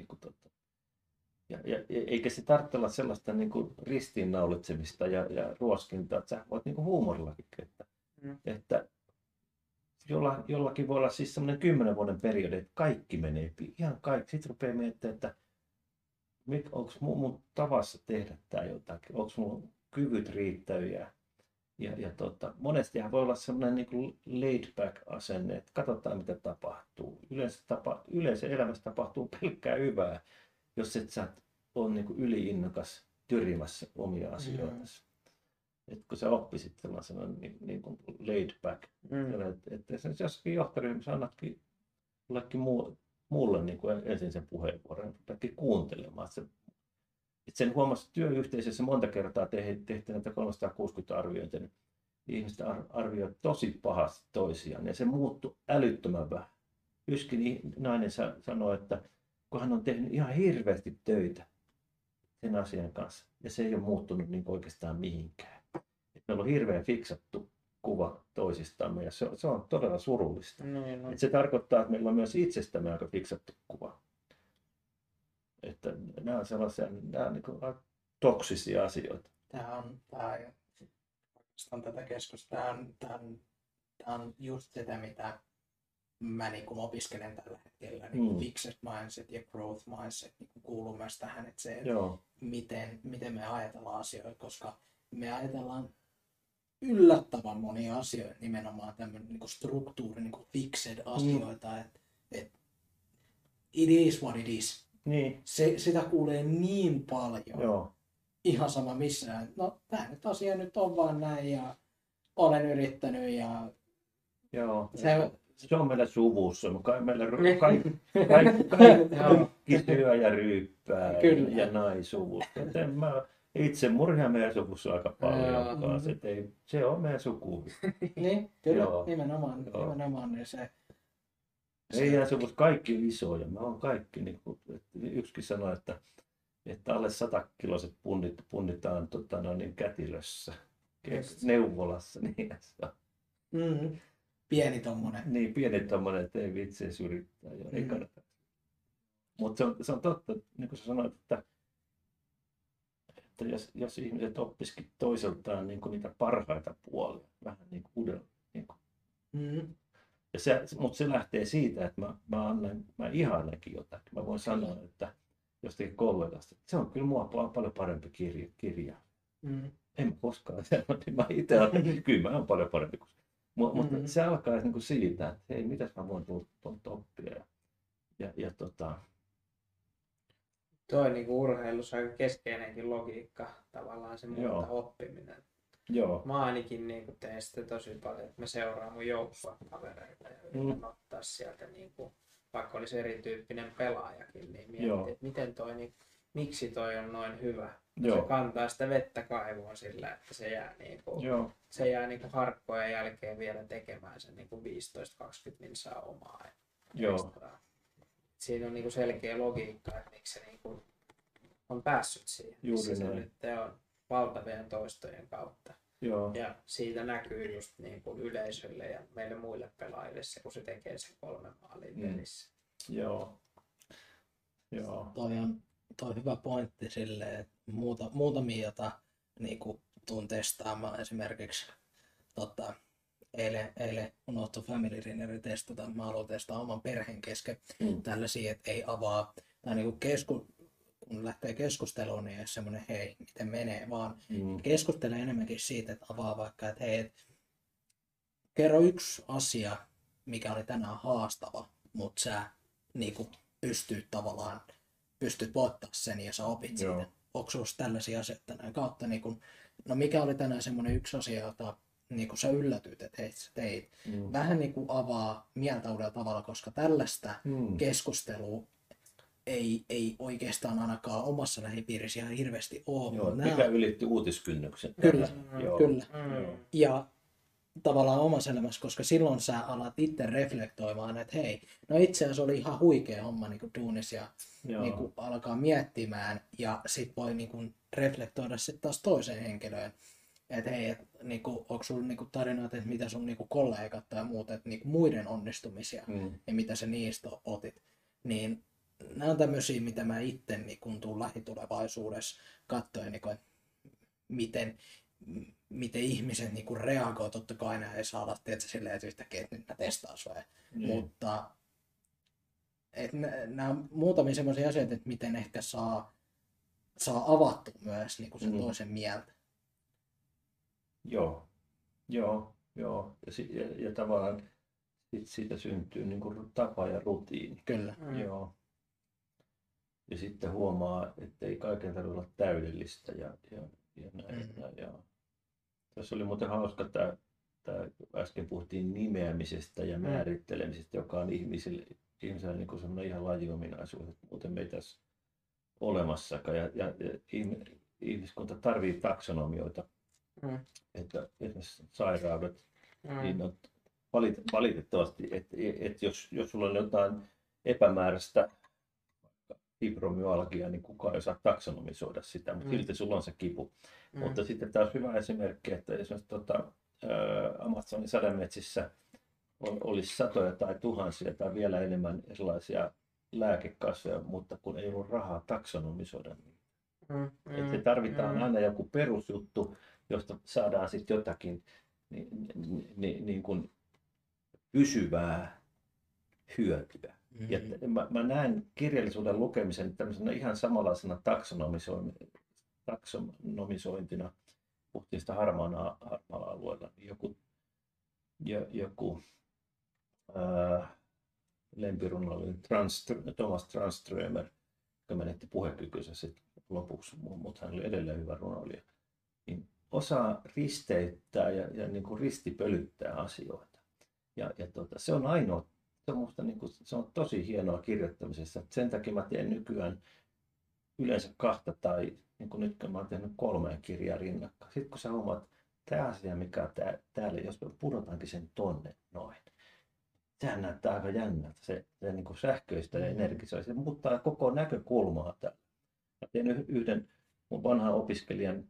Speaker 2: eikä se tarvitse olla sellaista niin kuin ristiinnaulitsemista ja ruoskintaa, että sä voit niin kuin huumorillakin että jollakin voi olla siis semmoinen 10 vuoden periodi, että kaikki menee, ihan kaikki. Sitten rupeaa miettimään, että onko mun tavassa tehdä tämä jotakin, onko mun kyvyt riittäviä. Monestihan voi olla semmoinen niin kuin laid back asenne, että katsotaan mitä tapahtuu. Yleensä elämässä tapahtuu pelkkää hyvää, jos et sä ole niin kuin yliinnokas tyrimässä omia asioita. Että kun sä oppisit sellaisena niin kuin laid back, että jossakin johtoryhmässä annatkin jollekin muulle niin kuin ensin sen puheenvuoron, rupeatkin kuuntelemaan. Että sen huomasi työyhteisössä monta kertaa tehtiin näitä 360 arviointia, niin ihmiset arvioivat tosi pahasti toisiaan ja se muuttui älyttömän vähän. Yksikin nainen sanoi, että kun hän on tehnyt ihan hirveästi töitä sen asian kanssa ja se ei ole muuttunut niin oikeastaan mihinkään. Meillä on hirveän fiksattu kuva toisistamme ja se on todella surullista.
Speaker 3: No.
Speaker 2: Se tarkoittaa, että meillä on myös itsestämme aika fiksattu kuva. Että nämä on sellaisia niin kuin toksisia asioita.
Speaker 1: Tämä on tätä keskustelua. Tämä on just sitä, mitä mä niin kuin opiskelen tällä hetkellä. Niin kuin fixed mindset ja growth mindset niin kuin kuuluu myös tähän, että se, miten me ajatellaan asioita, koska me ajatellaan yllättävän monia asioita, nimenomaan tämmöinen niin kuin struktuuri, niin kuin fixed asioita, että it is what it is.
Speaker 2: Niin.
Speaker 1: Sitä kuulee niin paljon.
Speaker 2: Joo.
Speaker 1: Ihan sama missään. No, tämä nyt asia nyt on vaan näin ja olen yrittänyt ja...
Speaker 2: Joo.
Speaker 1: Se
Speaker 2: on meillä suvussa. Kaikki syö ja ryyppää ja naisuvussa. Itsemurhia meidän suvussa aika paljon. Se on meidän suku.
Speaker 1: Niin, kyllä. Nimenomaan. Niin se...
Speaker 2: Meidän suvussa kaikki on isoja. Me on kaikki. Niin kuin, yksikin sanoi, että alle 100-kiloiset punnitaan kätilössä, neuvolassa. Niin,
Speaker 1: pieni tommonen.
Speaker 2: Niin, pieni tommonen, että ei vitsi edes yrittää. Ei kannata. Mutta se on totta, niin kuin sä sanoit, että jos ihmiset oppisikin toiseltaan niin kuin niitä parhaita puolia, vähän niin kuin uudella. Niin kuin. Mutta se lähtee siitä, että mä ihailenkin jotakin. Mä voin sanoa, että jostakin kollegasta, että se on kyllä mua paljon parempi kirja. En mä koskaan sanonut, niin mä itse ajattelen, kyllä mä oon paljon parempi kuin mutta se alkaa niin kuin siitä, että hei, mitäs mä voin tuolta oppia.
Speaker 3: Toi niin kuin urheilussa on aika keskeinenkin logiikka, tavallaan se muuta oppiminen.
Speaker 2: Joo.
Speaker 3: Mä ainakin niin kuin teen sitä tosi paljon, että mä seuraan mun joukkuekavereita ja yritän ottaa sieltä, niin kuin, vaikka olisi erityyppinen pelaajakin, niin mietin, että miten toi, niin, miksi toi on noin hyvä. Se kantaa sitä vettä kaivoon sillä, että se jää, niin kuin harkkojen jälkeen vielä tekemään sen niin kuin 15-20 minsaa omaa. Siinä on niin kuin selkeä logiikka, että miksi se niin kuin on päässyt siihen.
Speaker 2: Juuri
Speaker 3: se
Speaker 2: näin.
Speaker 3: nyt on valtavien toistojen kautta.
Speaker 2: Joo.
Speaker 3: Ja siitä näkyy just niin kuin yleisölle ja meille muille pelaajille se, kun se tekee sen 3 maalin pelissä.
Speaker 2: Joo.
Speaker 1: Toi on hyvä pointti silleen, että muutamia, jota niin kuin tuun testaamaan esimerkiksi eilen unohtui Family Dinneri testata. Mä haluan testaa oman perheen kesken tällaisia, että ei avaa tai niin kuin kun lähtee keskusteluun, niin ei ole semmoinen hei, miten menee, vaan keskustelee enemmänkin siitä, että avaa vaikka, että hei, kerro yksi asia, mikä oli tänään haastava, mutta sä niin kuin pystyt voittaa sen ja sä opit siitä. Onko sinulla tällaisia asioita tänään kautta? Niin kun, no mikä oli tänään semmoinen yksi asia, jota niin kun sä yllätyt, että hei, sä teit. Vähän niin kuin avaa mieltä uudella tavalla, koska tällaista keskustelua ei oikeastaan ainakaan omassa lähipiirissä ihan hirveästi ole.
Speaker 2: Joo,
Speaker 1: Nämä
Speaker 2: mikä ylitti uutiskynnyksen.
Speaker 1: Kyllä,
Speaker 2: Joo.
Speaker 1: kyllä.
Speaker 2: Joo.
Speaker 1: Ja tavallaan omassa elämässä, koska silloin sä alat itse reflektoimaan, että hei, no itse asiassa oli ihan huikea homma niin duunis ja niin kuin alkaa miettimään ja sit voi niin kuin reflektoida sitten taas toiseen henkilöön. Että hei, niin kuin, onko sulla niin kuin tarinoita, että mitä sun niin kuin kollegat tai muut, että niin kuin muiden onnistumisia ja mitä sä niistä otit. Niin nämä on tämmöisiä, mitä mä itse niin kuin tuun lähitulevaisuudessa katsoen, niin kuin, että miten ihmiset niin kuin reagoi. Totta kai aina ei saa olla tietysti silleen, että yhtäkkiä, että nyt mä testaas vai. Mutta nämä on muutamia semmoisia asioita, että miten ehkä saa avattu myös niin kuin sen toisen mieltä.
Speaker 2: Joo. Ja tavallaan siitä syntyy niin kuin tapa ja rutiini.
Speaker 1: Kyllä.
Speaker 2: Joo. Ja sitten huomaa, että ei kaiken tarvitse olla täydellistä ja näin. Ja tässä oli muuten hauska tämä äsken puhuttiin nimeämisestä ja määrittelemisestä, joka on ihmisellä niin kuin semmoinen ihan lajiominaisuus, että muuten me ei tässä olemassakaan. Ja ihmiskunta tarvitsee taksonomioita, että esimerkiksi sairaudet, niin on valitettavasti, että jos sulla on jotain epämääräistä fibromyalgia, niin kukaan ei saa taksonomisoida sitä, mutta silti sulla on se kipu. Mutta sitten taas hyvä esimerkki, että esimerkiksi Amazonin sademetsissä olisi satoja tai tuhansia tai vielä enemmän erilaisia lääkekasveja, mutta kun ei ollut rahaa taksonomisoida niitä. Että tarvitaan aina joku perusjuttu, josta saadaan sitten jotakin niin kuin pysyvää hyötyä. Ja mä näen kirjallisuuden lukemisen tämmöisenä ihan samanlaisena taksonomisointina, puhuttiin sitä harmaalla alueella, niin joku lempirunoilija Thomas Tranströmer, joka menetti puhekykynsä sitten lopuksi, mutta hän oli edelleen hyvä runoilija, niin osaa risteyttää ja niin kuin ristipölyttää asioita. Se on ainoa. Se on tosi hienoa kirjoittamisessa. Sen takia mä teen nykyään yleensä 2 tai niin kuin nyt mä oon tehnyt 3 kirjaa rinnakkain. Sitten kun sä huomaat, että tämä asia, mikä on täällä, jos me pudotaankin sen tonne noin, sehän näyttää aika jännältä. Se niin kuin sähköistä ja energisoi. Se muuttaa koko näkökulmaa täällä. Mä tein yhden mun vanhan opiskelijan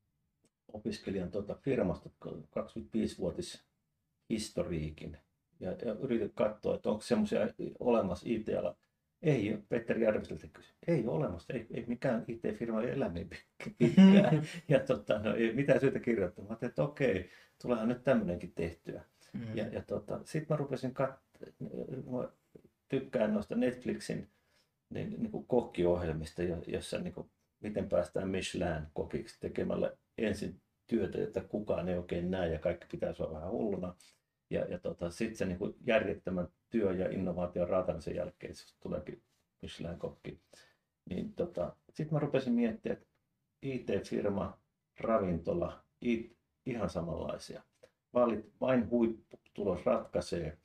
Speaker 2: firmasta 25-vuotis historiikin. Ja yritin katsoa, että onko semmoisia olemassa IT-ala. Ei, Petteri Järviseltä kysyi. Ei ole olemassa, ei mikään IT-firma elä niin pitkään. Ja ei mitään syytä kirjoittaa. Mä ajattelin, että okei, tuleehan nyt tämmöinenkin tehtyä. Sitten mä rupesin mä tykkään noista Netflixin niin kuin kokkiohjelmista, jossa niin kuin, miten päästään Michelin-kokiksi tekemällä ensin työtä, jota kukaan ei oikein näe ja kaikki pitäisi olla vähän hulluna. Sitten se niin kuin järjettömän työ ja innovaation raatamisen jälkeen, se tuleekin Michelin-kokki. Niin sitten mä rupesin miettimään, että IT-firma, ravintola, ihan samanlaisia. Vain huipputulos ratkaisee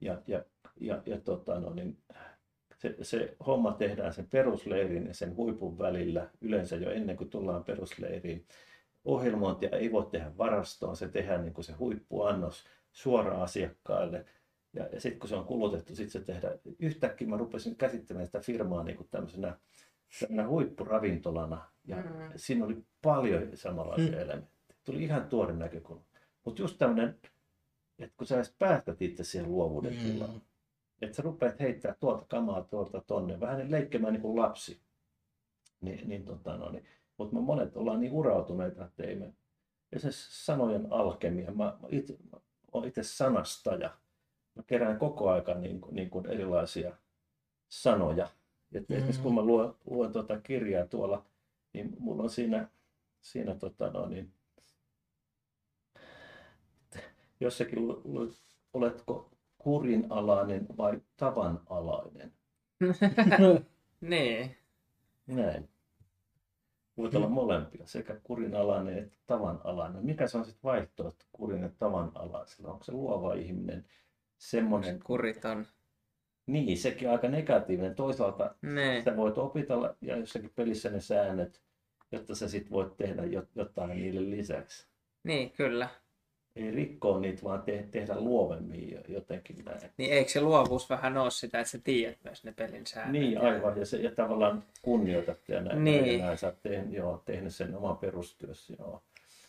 Speaker 2: se homma tehdään sen perusleirin ja sen huipun välillä, yleensä jo ennen kuin tullaan perusleiriin. Ohjelmointia ei voi tehdä varastoon, se tehdään niin kuin se huippuannos suoraan asiakkaille. Ja sitten kun se on kulutettu, sitten se tehdään. Yhtäkkiä mä rupesin käsittelemään sitä firmaa niin kuin tämmöisenä huippuravintolana. Ja siinä oli paljon samanlaisia elementtejä. Tuli ihan tuore näkökulma. Mutta just tämmöinen, että kun sä edes päästät itse siihen luovuuden tilaan, että sä rupeat heittää tuolta kamaa tuolta tonne, vähän leikkemään niin kuin lapsi. Mutta me monet ollaan niin urautuneita, että ei me. Ja se sanojen alkemia, mä olen itse sanastaja. Mä kerään koko ajan niin kuin erilaisia sanoja. Esimerkiksi kun mä luen kirjaa tuolla, niin mulla on siinä jossakin oletko kurinalainen vai tavanalainen?
Speaker 3: Nee.
Speaker 2: Näin. Voit olla molempia, sekä kurinalainen että tavanalainen. Mikä se on sitten vaihtoehto kurin ja tavanalaisella? Onko se luova ihminen semmoinen?
Speaker 3: Kuriton.
Speaker 2: Niin, sekin on aika negatiivinen. Toisaalta
Speaker 3: Ne.
Speaker 2: sä voit opetella ja jossakin pelissä ne säännöt, jotta sä sit voit tehdä jotain niille lisäksi.
Speaker 3: Niin, kyllä.
Speaker 2: Ei rikkoa niitä, vaan tehdä luovemmin jotenkin näin.
Speaker 3: Niin eikö se luovuus vähän ole sitä, että sä tiedät myös ne pelin säännöt?
Speaker 2: Niin, aivan. Ja tavallaan kunnioitat ja näin.
Speaker 3: Niin.
Speaker 2: Ja näin sä oot tehnyt sen oman perustyössä. Joo.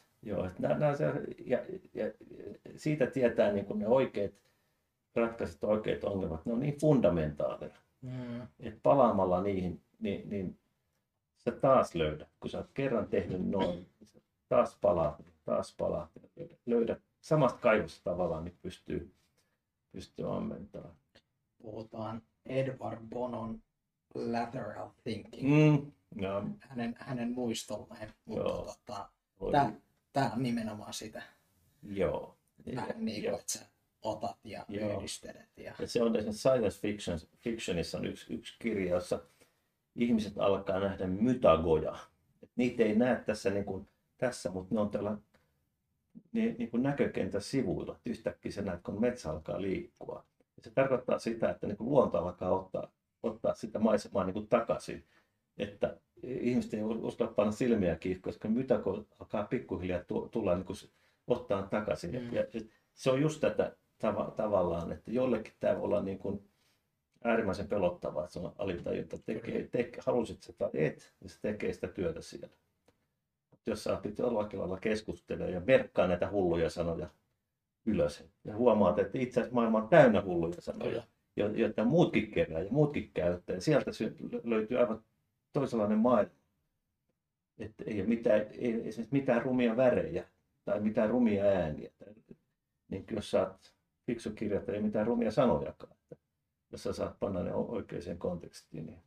Speaker 2: Ja siitä tietää niin kun ne oikeat ratkaisut, oikeat ongelmat. Ne on niin fundamentaaleja, että palaamalla niihin, niin sä taas löydät. Kun sä oot kerran tehnyt noin, niin sä taas palaat. Löydät samasta kaivosta tavallaan, niin pystyy ammentamaan.
Speaker 1: Puhutaan Edward Bonon lateral thinking.
Speaker 2: Ja,
Speaker 1: Hänen muistolleen,
Speaker 2: Joo.
Speaker 1: mutta tämä on nimenomaan sitä.
Speaker 2: joo.
Speaker 1: Vähän niin kuin, että sä otat ja
Speaker 2: Joo.
Speaker 1: yhdistelet. Ja
Speaker 2: se on tässä science fictionissa on yksi kirja, jossa ihmiset alkaa nähdä mytagoja. Et niitä ei näe tässä, niin kuin, tässä mutta ne on tällä niin kuin näkökentän sivuilla. Yhtäkkiä sä näet, kun metsä alkaa liikkua. Ja se tarkoittaa sitä, että niin kuin luonto alkaa ottaa sitä maisemaa niin kuin takaisin. Että ihmiset ei uskalla panna silmiä kiinni, koska mytago alkaa pikkuhiljaa tulla niin kuin ottaa takaisin. Ja se on just tätä tavallaan, että jollekin tämä voi olla niin kuin äärimmäisen pelottavaa, että se on alitajunta. Halusit sitä tai et, niin se tekee sitä työtä siellä. Jos sä opit jollakin lailla keskustelemaan ja verkkaa näitä hulluja sanoja ylös ja huomaat, että itse asiassa maailma on täynnä hulluja sanoja, joita muutkin kerää ja muutkin käyttää. Ja sieltä löytyy aivan toisenlainen maailma. Että ei ole esimerkiksi mitään rumia värejä tai mitään rumia ääniä. Niin jos sä oot fiksu kirjoittaja, ei mitään rumia sanojakaan. Jos sä saat panna ne oikeaan kontekstiin. Niin.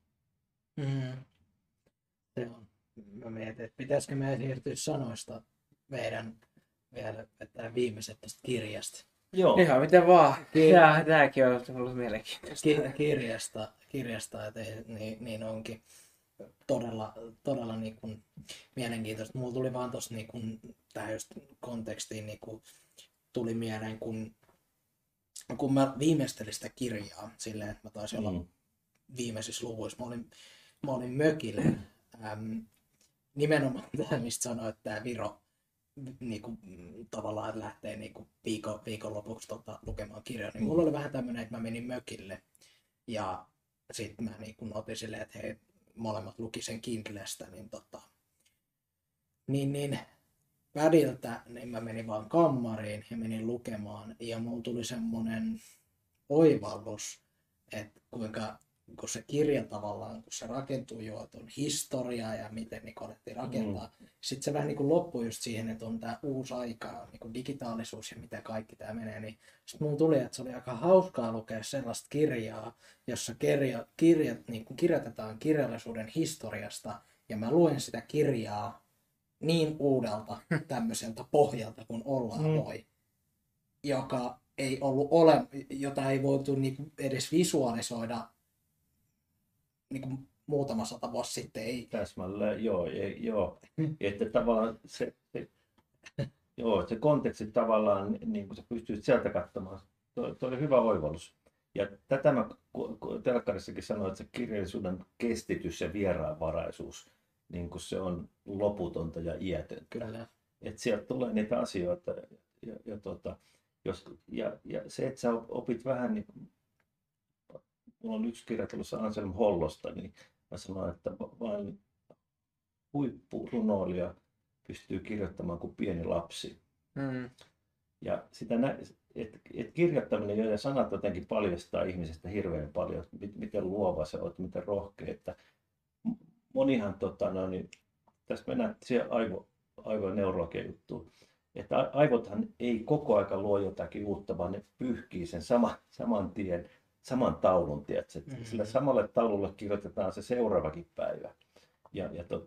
Speaker 1: Se on. Mä mietin, että pitäisikö meidän siirtyä sanoista meidän vielä vetää viimeiset tästä kirjasta.
Speaker 2: Joo.
Speaker 3: Ihan miten vaan. Tämäkin on ollut mielenkiintoista.
Speaker 1: Kirjasta että niin onkin todella niin kuin mielenkiintoista. Mulla tuli vaan tuossa niin kuin, tähän just kontekstiin niin kuin, tuli mieleen, kun mä viimeistelin sitä kirjaa silleen, että mä taisin olla viimeisissä luvuissa. Mä olin mökillä. Nimenomaan tämä, mistä sanoin, että tämä Viro niinku, tavallaan lähtee niinku, viikonlopuksi lukemaan kirjaa, niin mulla oli vähän tämmöinen, että mä menin mökille ja sitten mä niinku, otin silleen, että hei, molemmat luki sen Kindlestä, niin väliltä niin mä menin vaan kammariin ja menin lukemaan ja mulla tuli semmoinen oivallus, että kun se kirja tavallaan, kun se rakentuu jo, että on historiaa ja miten niin alettiin rakentaa. Sitten se vähän niin kuin loppui just siihen, että on tämä uusi aika, niin kuin digitaalisuus ja mitä kaikki tämä menee. Niin sitten mun tuli, että se oli aika hauskaa lukea sellaista kirjaa, jossa niin kuin kirjoitetaan kirjallisuuden historiasta. Ja mä luen sitä kirjaa niin uudelta tämmöiseltä pohjalta kuin ollaan voi, joka ei ollut jota ei voitu niin kuin edes visualisoida niin kuin muutama 100 vuosi sitten. Ei.
Speaker 2: Täsmälleen, joo. Että tavallaan se konteksti tavallaan, niin kuin sä pystyt sieltä katsomaan, tuo oli hyvä oivallus. Ja tätä mä telkkarissakin sanoin, että se kirjallisuuden kestitys ja vieraanvaraisuus, niin kuin se on loputonta ja iätöntä.
Speaker 1: Kyllä.
Speaker 2: Että sieltä tulee niitä asioita ja se, että sä opit vähän niin kuin, mulla on yksi kirja tulossa Anselm Hollosta, niin mä sanoin, että vain huippurunoilija pystyy kirjoittamaan kuin pieni lapsi. Ja sitä että kirjoittaminen ja sanat jotenkin paljastaa ihmisestä hirveän paljon, että miten luova se on, miten rohkea. Että monihan, niin, tässä mennään siihen aivoneurologian juttuun, että aivothan ei koko aika luo jotakin uutta, vaan ne pyyhkii sen saman tien, saman taulun, tiedätkö? Sillä samalle taululle kirjoitetaan se seuraavakin päivä. Ja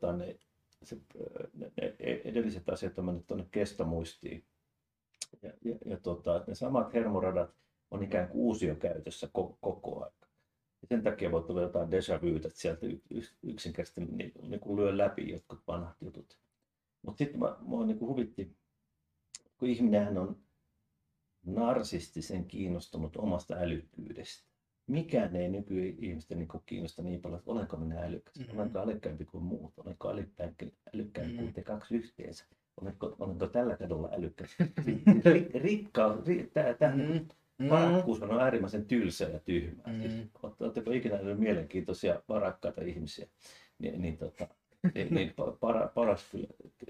Speaker 2: ne edelliset asiat on mennyt tuonne kestomuistiin. Ja ne samat hermoradat on ikään kuin uusiokäytössä koko ajan. Ja sen takia voi tulla jotain déjà vuta, että sieltä yksinkertaisesti niin kuin lyö läpi jotkut vanhat jutut. Mutta sitten mua niin kuin huvitti, kun ihminenhän on narsistisen kiinnostunut omasta älykkyydestä. mikään ei nyky-ihmisten niin kiinnosta niin paljon, että olenko minä älykäs, olenko älykkäämpi kuin muut, olenko älykkäämpi kuin te kaksi yhteensä, olenko tällä kadulla älykäs. Varakkuus on äärimmäisen tylsää ja tyhmää. Oletteko ikinä mielenkiintoisia varakkaita ihmisiä? Paras kyllä.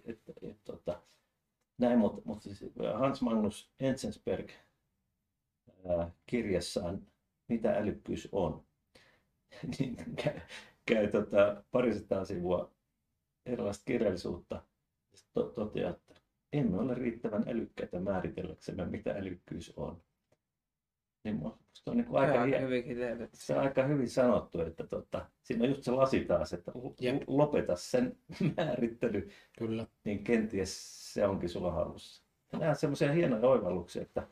Speaker 2: Näin, mutta siis Hans Magnus Enzensberg kirjassaan Mitä älykkyys on, niin käy parisataa sivua erilaista kirjallisuutta ja toteaa, että emme ole riittävän älykkäitä määritelläksemme, mitä älykkyys on. Niin se on aika hyvin sanottu, että siinä on just se lasi taas, että lopeta sen määrittely,
Speaker 1: Kyllä.
Speaker 2: Niin kenties se onkin sulla hallussa. Nämä on semmoisia hienoja oivalluksia, että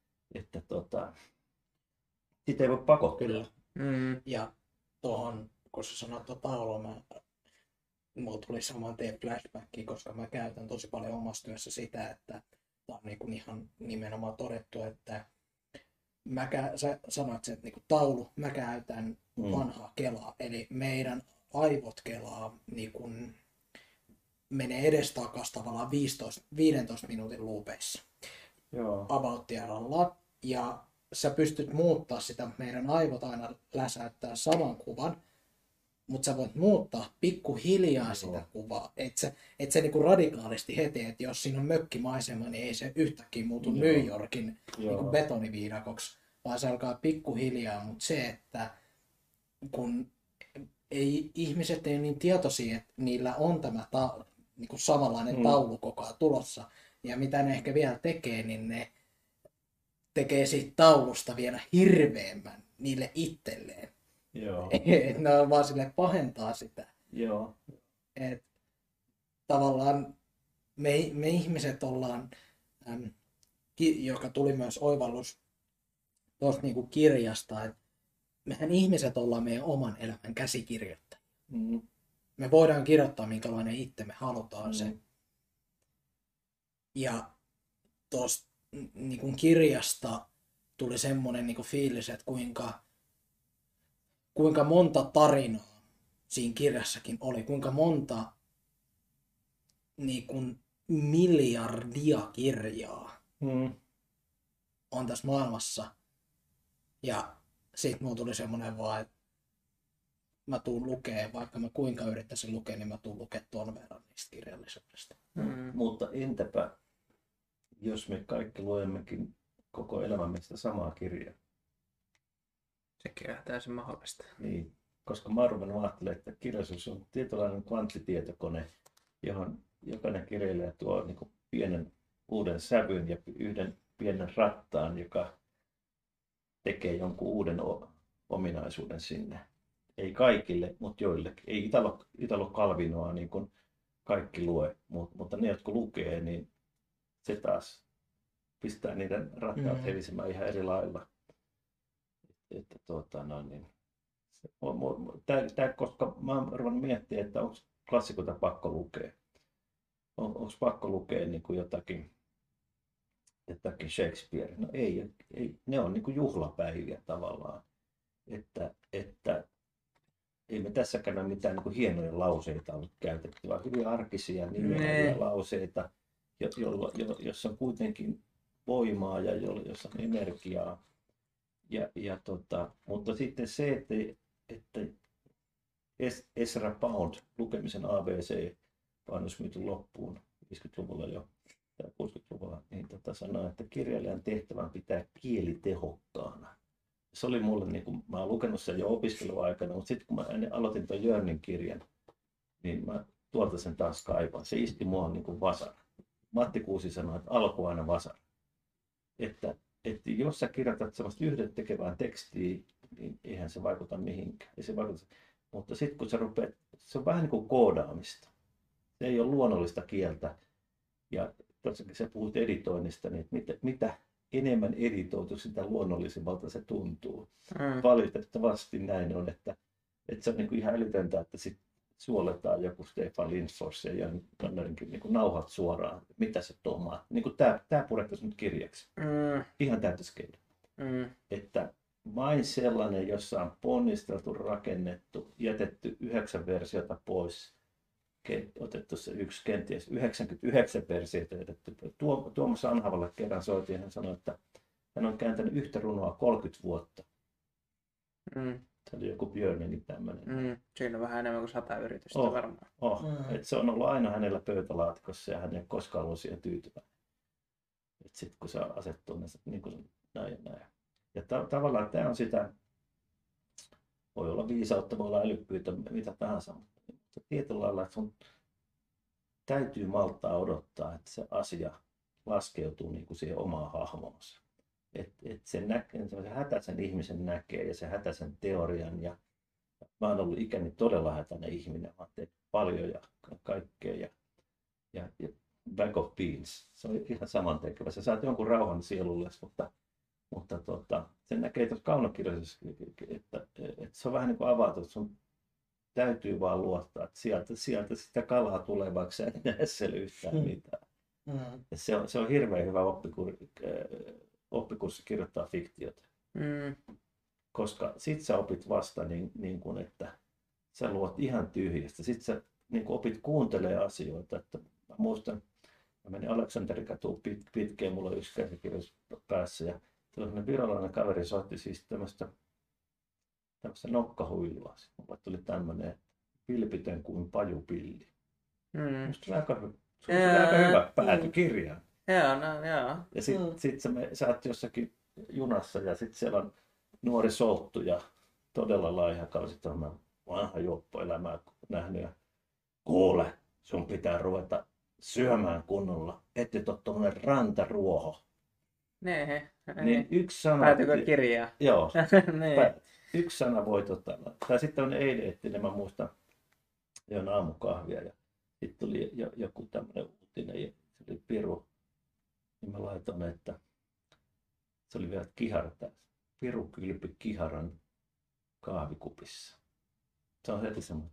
Speaker 2: sitä ei voi pakottaa.
Speaker 1: Kyllä. Ja tuohon, kun sä sanoit taulua, mulla tuli saman tien flashbackiin, koska mä käytän tosi paljon omassa työssä sitä, että tämä on niin ihan nimenomaan todettu, että sä sanoit, että niin taulu, mä käytän vanhaa kelaa, eli meidän aivot kelaa niin kuin menee edestakas tavallaan 15 minuutin loopeissa. About ja sä pystyt muuttaa sitä, meidän aivot aina läsäyttää saman kuvan, mutta sä voit muuttaa pikkuhiljaa sitä kuvaa. Et se niinku radikaalisti heti, että jos siinä on mökkimaisema, niin ei se yhtäkkiä muutu New Yorkin niinku betoniviidakoksi, vaan se alkaa pikkuhiljaa. Mutta se, että kun ihmiset ei ole niin tietoisia, että niillä on tämä niinku samanlainen taulu koko ajan tulossa, ja mitä ne ehkä vielä tekee, niin ne tekee siitä taulusta vielä hirveämmän niille itselleen.
Speaker 2: Joo.
Speaker 1: Ne vaan sille pahentaa sitä.
Speaker 2: Joo.
Speaker 1: Et tavallaan me ihmiset ollaan, joka tuli myös oivallus tuosta niinku kirjasta, että mehän ihmiset ollaan meidän oman elämän käsikirjoittajia. Me voidaan kirjoittaa, minkälainen itse me halutaan se. Ja tuosta niinku kirjasta tuli semmoinen niinku fiilis, että kuinka monta tarinaa siinä kirjassakin oli, kuinka monta niinku miljardia kirjaa on tässä maailmassa. Ja sit mulla tuli semmoinen vaan, että mä tuun lukee, vaikka mä kuinka yrittäisin lukea, niin mä tuun lukea ton verran niistä kirjallisuudesta.
Speaker 2: Mutta entäpä, jos me kaikki luemmekin koko elämämme sitä samaa kirjaa?
Speaker 3: Sekin on täysin mahdollista.
Speaker 2: Niin, koska mä ajattelen, että kirjallisuus on tietynlainen kvanttitietokone, johon jokainen kirjailija tuo niin kuin pienen uuden sävyn ja yhden pienen rattaan, joka tekee jonkun uuden ominaisuuden sinne. Ei kaikille, mutta joillekin. Ei Italo Calvinoa niin kuin kaikki lue, mutta ne, jotka lukee, niin se taas pistää niiden rattaat helisemään ihan eri lailla. Koska mä oon ruvennut miettimään, että onko klassikoita pakko lukea. Onko pakko lukea niin kuin jotakin Shakespeare? No ei, ne on niin kuin juhlapäiviä tavallaan. Että ei me tässäkään ole mitään niin kuin hienoja lauseita ollut käytetty, vaan hyvin arkisia nimenomaan lauseita, jossa on kuitenkin voimaa ja jossa on energiaa. Mutta sitten se, että Ezra Pound, lukemisen ABC, painosmyyty loppuun 50-luvulla jo tai 60-luvulla, niin sanoi, että kirjailijan tehtävän pitää kieli tehokkaana. Se oli mulle, niin kun mä oon lukenut sen jo opiskeluaikana, mutta sitten kun mä aloitin tuon Jörnin kirjan, niin mä tuolta sen taas kaipaan. Se iski mua niin kuin vasara. Matti Kuusi sanoi, että alku aina vasara. Että jos sä kirjoitat sellaista yhdentekevää tekstiä, niin eihän se vaikuta mihinkään. Mutta sitten kun sä rupeat, se on vähän niin kuin koodaamista. Se ei ole luonnollista kieltä. Ja tossakin sä puhut editoinnista, niin mitä enemmän editoitu, sitä luonnollisemmalta se tuntuu. Valitettavasti näin on, että se on niin kuin ihan älytöntä, että sit suoletaan joku Stefan Lindfors ja niin kuin nauhat suoraan. Mitä se tuomaa? Niin kuin tämä purettaisi nyt kirjaksi. Ihan täytöskeino. Että vain sellainen, jossa on ponnisteltu, rakennettu, jätetty 9 versiota pois, otettu se yksi, kenties 99 versiota jätetty. Tuomas Anhavalle kerran soitin, hän sanoi, että hän on kääntänyt yhtä runoa 30 vuotta. Se oli joku Björninkin tämmöinen.
Speaker 3: Siinä on vähän enemmän kuin 100 yritystä varmaan.
Speaker 2: Et se on ollut aina hänellä pöytälaatikossa ja hän ei koskaan ollut siihen tyytyväinen. Sitten kun se asettuu niin kuin näin ja näin. Ja tavallaan tämä on sitä, voi olla viisautta, voi olla älykkyyttä, mitä tahansa, mutta tietyllä lailla, että sun täytyy malttaa odottaa, että se asia laskeutuu niin kuin siihen omaan hahmoonsa. Että se hätäisen ihmisen näkee ja se hätäisen teorian. Ja mä oon ollut ikäni todella hätäinen ihminen. Mä oon tehnyt paljon ja kaikkea. Ja bag of beans. Se on ihan samantekevä. Sä saat jonkun rauhan sielulle, mutta sen näkee tuossa kaunokirjallisessa, että se on vähän niin kuin avautu, että sun täytyy vaan luottaa, että sieltä sitä kalaa tulee, vaikka sä et näe siellä yhtään mitään. Se on hirveän hyvä oppikurssi kirjoittaa fiktiota. Koska sit sä opit vasta niin kuin, että sä luot ihan tyhjästä. Sit sä niin kuin opit kuuntelemaan asioita. Että mä muistan, mä menin Aleksanterikatuun pitkään, mulla oli yksi käsikirjoitus päässä ja sellainen virolainen kaveri soitti siis tämmöistä nokkahuilua. Mulle tuli tämmönen vilpitön kuin pajupilli. Musta se on aika hyvä pääty kirjaan.
Speaker 3: Joo.
Speaker 2: Ja sit sä oot jossakin junassa ja sit siellä on nuori solttu ja todella laiha kausi tuohon vanha juoppoelämää nähnyt. Ja kuule, sun pitää ruveta syömään kunnolla, ettei ole tommonen rantaruoho. Niin yksi sana...
Speaker 3: Päätyykö kirjaa?
Speaker 2: Joo. Yksi sana voi tai sitten on eileettinen, mä muistan, join aamukahvia ja sitten tuli joku tämmönen uutinen ja se oli piru. Niin mä laitoin, että se oli vielä kiharta. Piru kylpi kiharan kahvikupissa. Se on heti semmoinen,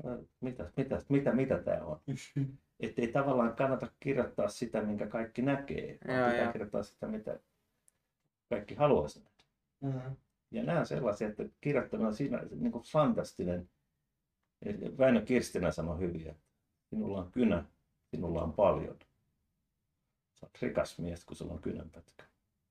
Speaker 2: mitä tää on? Että ei tavallaan kannata kirjoittaa sitä, minkä kaikki näkee, vaan pitää kirjoittaa sitä, mitä kaikki haluaisi nähdä. Ja nämä on sellaisia, että kirjoittaminen on siinä niin kuin fantastinen. Väinö Kirstinä sanoi hyvin, että sinulla on kynä, sinulla on paljon. Sä oot rikas mies, kun sulla on kynänpätkä.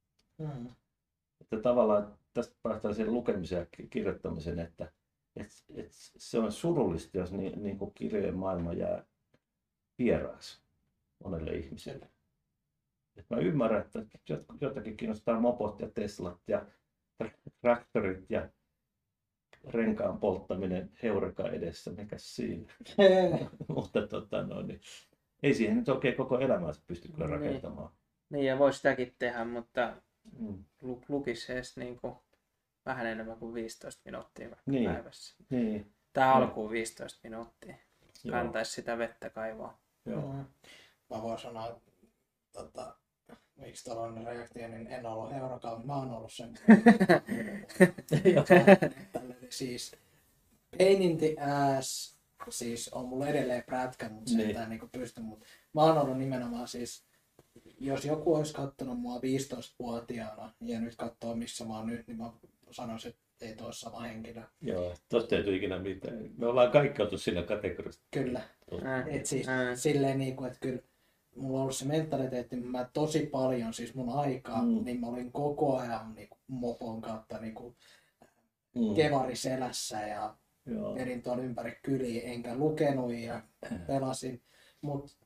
Speaker 2: Että tavallaan tästä päästään siihen lukemiseen ja kirjoittamiseen, että se on surullista, jos niin kuin kirjojen maailma jää vieraaksi monelle ihmiselle. Et mä ymmärrän, että jotakin kiinnostaa mopot ja Teslat ja traktorit ja renkaan polttaminen heureka edessä, mikäs siinä. Mutta niin, ei siihen nyt oikein koko elämäänsä pysty kyllä rakentamaan.
Speaker 3: Niin ja voi sitäkin tehdä, mutta lukisi edes niin kuin vähän enemmän kuin 15 minuuttia päivässä.
Speaker 2: Niin.
Speaker 3: Tää alkuun 15 minuuttia. Kantaisi sitä vettä kaivaa.
Speaker 1: Joo. Mä voin sanoa, että miksi tuollainen reaktio, niin en ollut Eurocount, mä oon ollut sen. Siis pain in the ass, siis on mulla edelleen prätkä, mutta se ei niinku pysty. Mutta mä oon ollut nimenomaan siis, jos joku olisi kattonut mua 15-vuotiaana ja nyt katsoo missä mä oon nyt, niin mä sanoisin, että ei toi sama henkilö.
Speaker 2: Joo, tosta ei tule ikinä mitään. Me ollaan kaikki oltu siinä kategoriassa.
Speaker 1: Kyllä. Että siis silleen niinku, että kyllä mulla on ollut se mentaliteetti, mä tosi paljon siis mun aikaa, niin mä olin koko ajan niinku mopon kautta niinku kevari selässä ja vedin tuon ympäri kyliä, enkä lukenut ja pelasin. Mut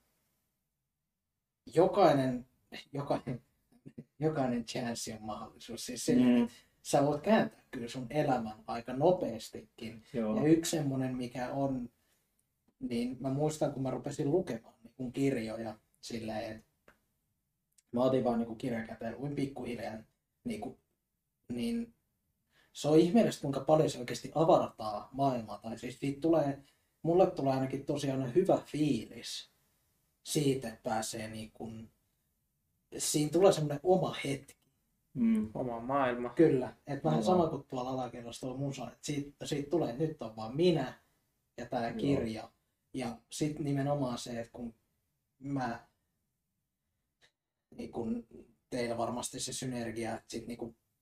Speaker 1: jokainen chanssi on mahdollisuus. Siis silleen, sä voit kääntää kyllä sun elämän aika nopeastikin. Ja yksi semmonen mikä on, niin mä muistan kun mä rupesin lukemaan niin kirjoja silleen, että mä otin vaan niin kirjan käteen, luin pikkuhiljaa, niin se on ihmeellistä kuinka paljon se oikeasti avartaa maailmaa. Tai siis mulle tulee ainakin tosiaan hyvä fiilis siitä, että pääsee niin kuin, siinä tulee semmoinen oma hetki.
Speaker 3: Oma maailma.
Speaker 1: Kyllä, että vähän sama kuin tuolla alakerrassa tuolla musa, että siitä tulee, että nyt on vaan minä ja tää kirja. Ja sitten nimenomaan se, että kun mä, niin kun teillä varmasti se synergia, että sit niin kun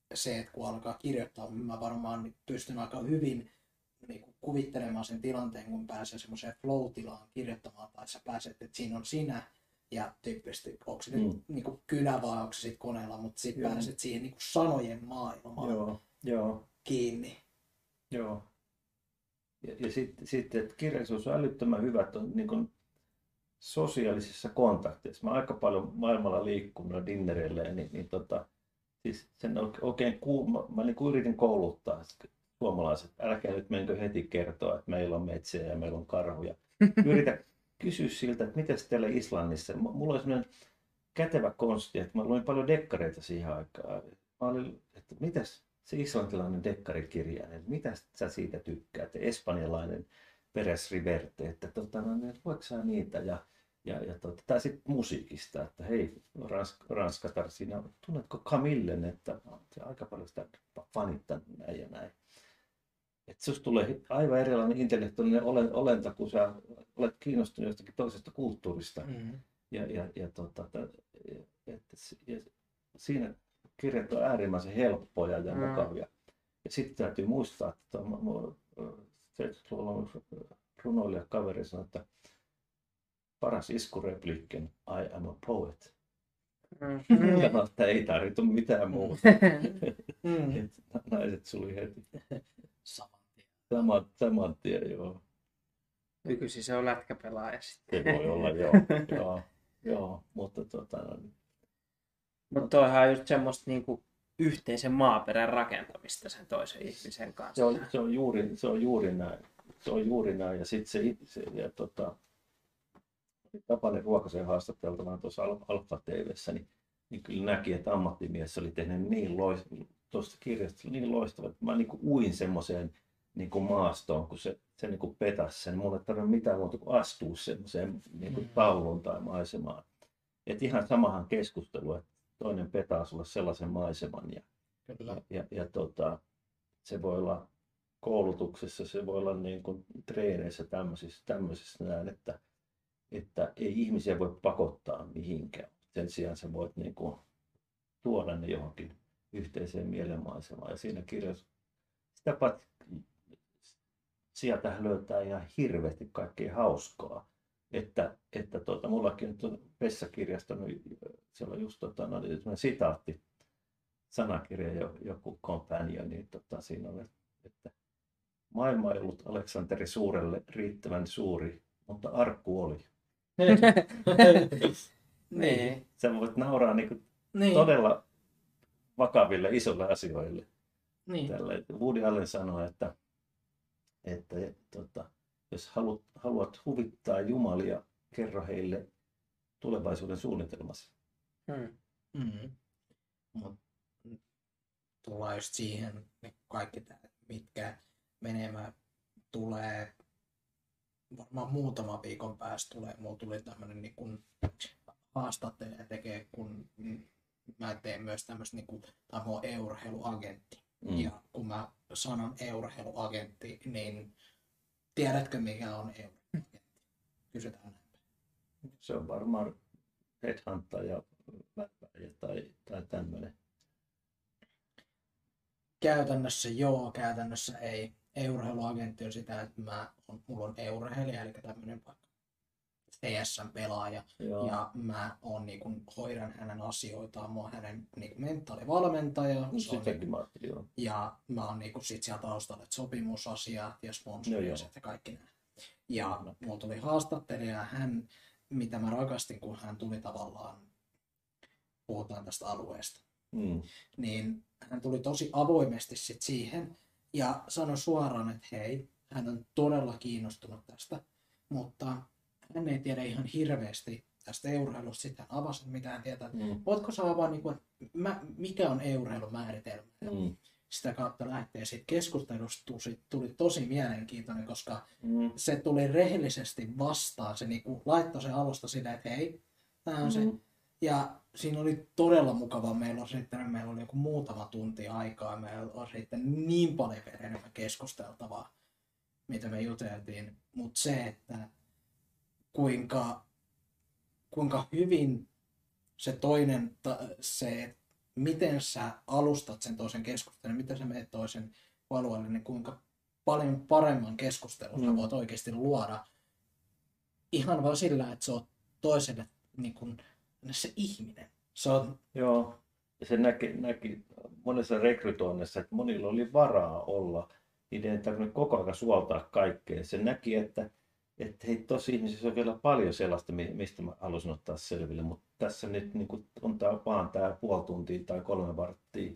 Speaker 1: se, että kun alkaa kirjoittaa, mä varmaan pystyn aika hyvin niin kuin kuvittelemaan sen tilanteen, kun pääsee semmoiseen flow-tilaan kirjoittamaan, tai sä pääset, että siinä on sinä, ja tyyppisesti, onko se nyt niin kuin kynä vai onko se sitten koneella, mutta sitten pääset siihen niin kuin sanojen maailmaan kiinni.
Speaker 2: Joo. Ja sitten että kirjallisuus on älyttömän hyvä, että on niin kuin sosiaalisissa kontakteissa. Mä aika paljon maailmalla liikkunut dinnereille, niin siis sen oikein mä niin kuin yritin kouluttaa suomalaiset. Älkää nyt menkö heti kertoa, että meillä on metsiä ja meillä on karhuja. Yritä kysyä siltä, että miten teillä Islannissa. Mulla oli sellainen kätevä konsti, että mä luin paljon dekkareita siihen aikaan. Mä olin, että mitäs se islantilainen dekkarikirja, että mitä sä siitä tykkäät, espanjalainen Pérez Reverte, että voiko sä niitä tai sitten musiikista, että hei Ranskatar, siinä tunnetko Camillen, että se aika paljon sitä fanittanut näin ja näin. Että susta tulee aivan erilainen intellektuaalinen olento, kun sä olet kiinnostunut jostakin toisesta kulttuurista. Ja siinä kirjat on äärimmäisen helppoja ja mukavia. Ja sitten täytyy muistaa, että runoilija kaveri sanoi, että paras iskurepliikin I am a poet. Sanoi, että ei tarvitse mitään muuta. Naiset suli heti. Saman tien, joo.
Speaker 3: Nykyisin se on lätkäpelaaja sitten.
Speaker 2: Se voi olla, joo. Mutta
Speaker 3: Mutta toihan on just semmoista niinku yhteisen maaperän rakentamista sen toisen ihmisen kanssa.
Speaker 2: Se on juuri näin. Ja sitten Tapani Ruokasen haastateltavana tuossa Alfa TV:ssä, niin kyllä näki, että ammattimies oli tehnyt tuosta kirjasta niin loistava, että mä niin kuin uin semmoiseen niin kuin maastoon, kun se niin kuin petasi sen. Mulla ei tarvitse mitään muuta kuin astua semmoiseen niin kuin tauluun tai maisemaan. Et ihan samahan keskustelu, että toinen petaa sulle sellaisen maiseman. Ja se voi olla koulutuksessa, se voi olla niin kuin treeneissä tämmöisissä näin, että ei ihmisiä voi pakottaa mihinkään. Sen sijaan sä voit niin kuin tuoda ne johonkin yhteiseen mielenmaisemaan. Ja siinä kirjassa sitä paitsi sieltä löytää ihan hirveästi kaikkea hauskaa. Että mullakin nyt on Vessakirjasta, siellä on just sitaatti, sanakirja, joku companion, niin siinä on, että maailma ei ollut Aleksanteri Suurelle riittävän suuri, mutta arkku oli.
Speaker 3: Niin.
Speaker 2: Sä voit nauraa niin. Todella vakaville isoille asioille.
Speaker 1: Niin.
Speaker 2: Woody Allen sanoi, että jos haluat huvittaa jumalia, kerro heille tulevaisuuden suunnitelmasi.
Speaker 1: Tullaan just siihen, kaikki mitkä menemään tulee varmaan muutama viikon päästä mulla tuli tämmönen niin kuin haastattelija tekee, kun mä teen myös tämmöistä niin kuin, tai mä oon urheiluagentti. Ja kun mä sanon urheiluagentti, niin tiedätkö mikä on urheiluagentti? Kysytään näin.
Speaker 2: Se on varmaan headhuntaja tai tämmöinen.
Speaker 1: Käytännössä joo, käytännössä ei. Urheiluagentti on sitä, että mulla on urheilija, eli tämmöinen vaikka CS:n-pelaaja, ja mä oon hoidan hänen asioitaan, mä oon hänen mentaalivalmentaja, ja mä oon sit siellä taustalla, että sopimusasiat ja sponsoriasiat ja kaikki nämä. Ja mulla tuli haastattelija, ja hän, mitä mä rakastin, kun hän tuli tavallaan, puhutaan tästä alueesta, niin hän tuli tosi avoimesti sit siihen, ja sanoi suoraan, että hei, hän on todella kiinnostunut tästä, mutta hän ei tiedä ihan hirveästi tästä urheilusta. Sitten hän avasi, mitä hän tietää. Voitko sä avaa, mikä on urheilun määritelmä? Sitä kautta lähtee siitä keskustelusta tuli tosi mielenkiintoinen, koska se tuli rehellisesti vastaan. Se laittoi sen alusta sitä, että hei, tämä on se. Ja siinä oli todella mukava. Meillä oli joku muutama tunti aikaa. Meillä oli sitten niin paljon enemmän keskusteltavaa, mitä me juteltiin. Mutta se, että kuinka hyvin se toinen, se miten sä alustat sen toisen keskustelun, miten sä menet toisen alueelle, niin kuinka paljon paremman keskustelun sä voit oikeasti luoda ihan vaan sillä, että sä oot toiselle niin kun, se ihminen. Se on...
Speaker 2: Joo, ja se näki monessa rekrytoinnissa, että monilla oli varaa olla. Niiden ei tarvinnut koko ajan suoltaa kaikkea. Se näki, että hei, tosi ihmisissä on vielä paljon sellaista, mistä mä haluaisin ottaa selville. Mutta tässä nyt niin kun on vaan tämä puoli tuntia tai 3 varttia.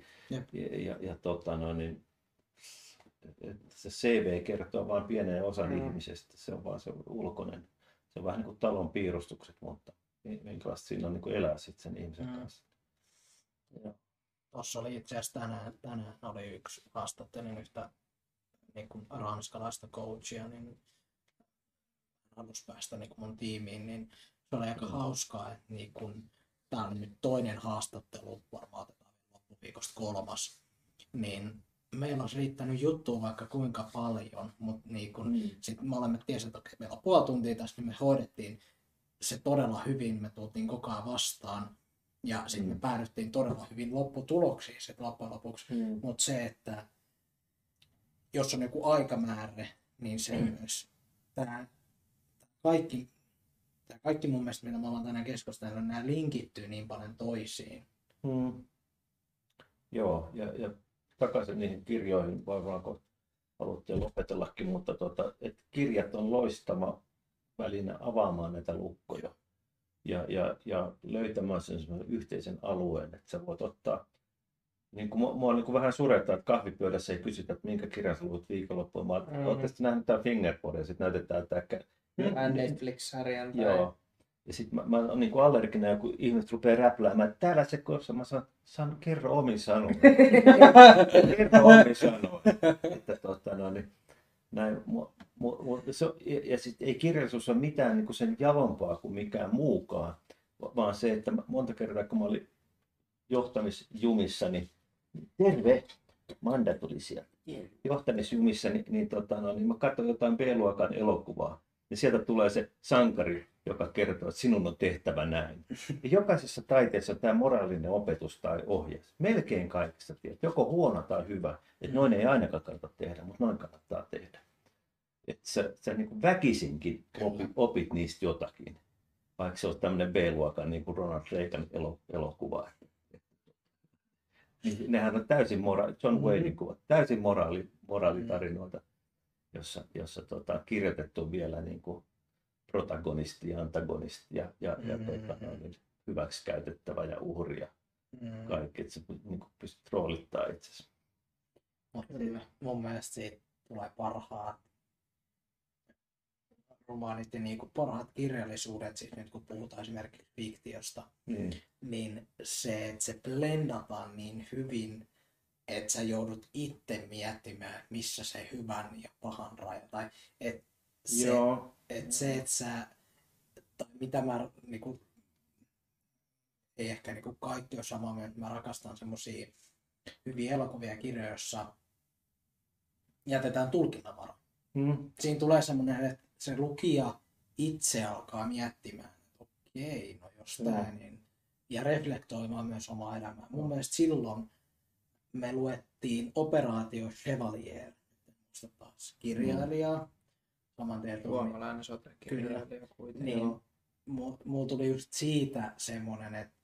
Speaker 2: Niin, se CV kertoo vain pienen osan ihmisestä. Se on vaan se ulkoinen. Se on vähän niin kuin talon piirustukset, mutta minkälaista siinä on niin kuin elää sitten sen ihmisen kanssa.
Speaker 1: Tuossa oli itse asiassa tänään oli yksi haastattelin yhtä niin kuin ranskalaista coachia, niin halusi päästä niin kuin mun tiimiin, niin se oli aika hauskaa, että niin kuin, tää on nyt toinen haastattelu, varmaan otetaan loppuviikosta 3, niin meillä olisi riittänyt juttua vaikka kuinka paljon, mutta niin kun sitten molemmat tiesivät, että okei, meillä on puoli tuntia tässä, niin me hoidettiin se todella hyvin, me tultiin koko ajan vastaan ja sitten me päädyttiin todella hyvin lopputuloksiin sitten loppujen lopuksi, mutta se, että jos on joku aikamäärä, niin se myös tämä kaikki mun mielestä, mitä me ollaan tänään keskustellut, nämä linkittyy niin paljon toisiin.
Speaker 2: Joo, ja takaisin niihin kirjoihin, varmaanko haluatte lopetellakin, mutta että kirjat on loistava väline avaamaan näitä lukkoja ja löytämään sen yhteisen alueen, että sä voit ottaa, niin kuin mua niin kuin vähän surettaa, että kahvipöydässä ei kysytä, että minkä kirjan sä luet viikonloppuun, vaan ootte sitten nähnyt tämän Fingerboardin ja sitten näytetään tämä
Speaker 3: Netflix-sarjan tai...
Speaker 2: Joo. Ja sitten mä oon niin allerginen, ja kun ihmiset rupeaa räpläämään, että täällä se kossa, mä sanon kerro omin sanoin. Kerro omin sanoin. Että näin, ja sitten ei kirjallisuus ole mitään niin kuin sen jalompaa kuin mikään muukaan, vaan se, että monta kertaa kun mä olin johtamisjumissa, niin terve, Manda tuli sieltä. Johtamisjumissa, niin mä katsoin jotain B-luokan elokuvaa. Ja sieltä tulee se sankari, joka kertoo, että sinun on tehtävä näin. Ja jokaisessa taiteessa on tämä moraalinen opetus tai ohjaus. Melkein kaikissa tiedät, joko huono tai hyvä. Että noin ei ainakaan kannata tehdä, mutta noin kannattaa tehdä. Että sä niin kuin väkisinkin opit niistä jotakin. Vaikka se on tämmöinen B-luokan niin kuin Ronald Reagan elokuva. Niin nehän on täysin John Waynein kuvat, täysin moraalitarinoita. Jossa kirjoitettu vielä niin kuin protagonisti ja antagonisti ja hyväksi käytettävä ja uhri ja kaikki, että sä niin kuin pystyt roolittamaan itsesi.
Speaker 1: Mun mielestä siitä tulee parhaat romaanit ja niin kuin parhaat kirjallisuudet, siis nyt kun puhutaan esimerkiksi fiktiosta, niin se, että se blendataan niin hyvin, että sä joudut itse miettimään, missä se hyvän ja pahan raja. Tai että sä, tai mitä mä, niinku, ei ehkä niinku kaikki ole samaa mieltä, mä rakastan semmosia hyviä elokuvia ja kirjoja, joissa jätetään tulkinnanvara. Siinä tulee semmoinen, että se lukija itse alkaa miettimään, että okei, no jos tää, niin, ja reflektoimaan myös omaa elämää. Mun mielestä silloin me luettiin Operaatio Chevalier, taas kirjailijaa.
Speaker 3: Suomalainen sotakirjailija kuitenkin.
Speaker 1: Niin, mulla tuli just siitä semmonen, että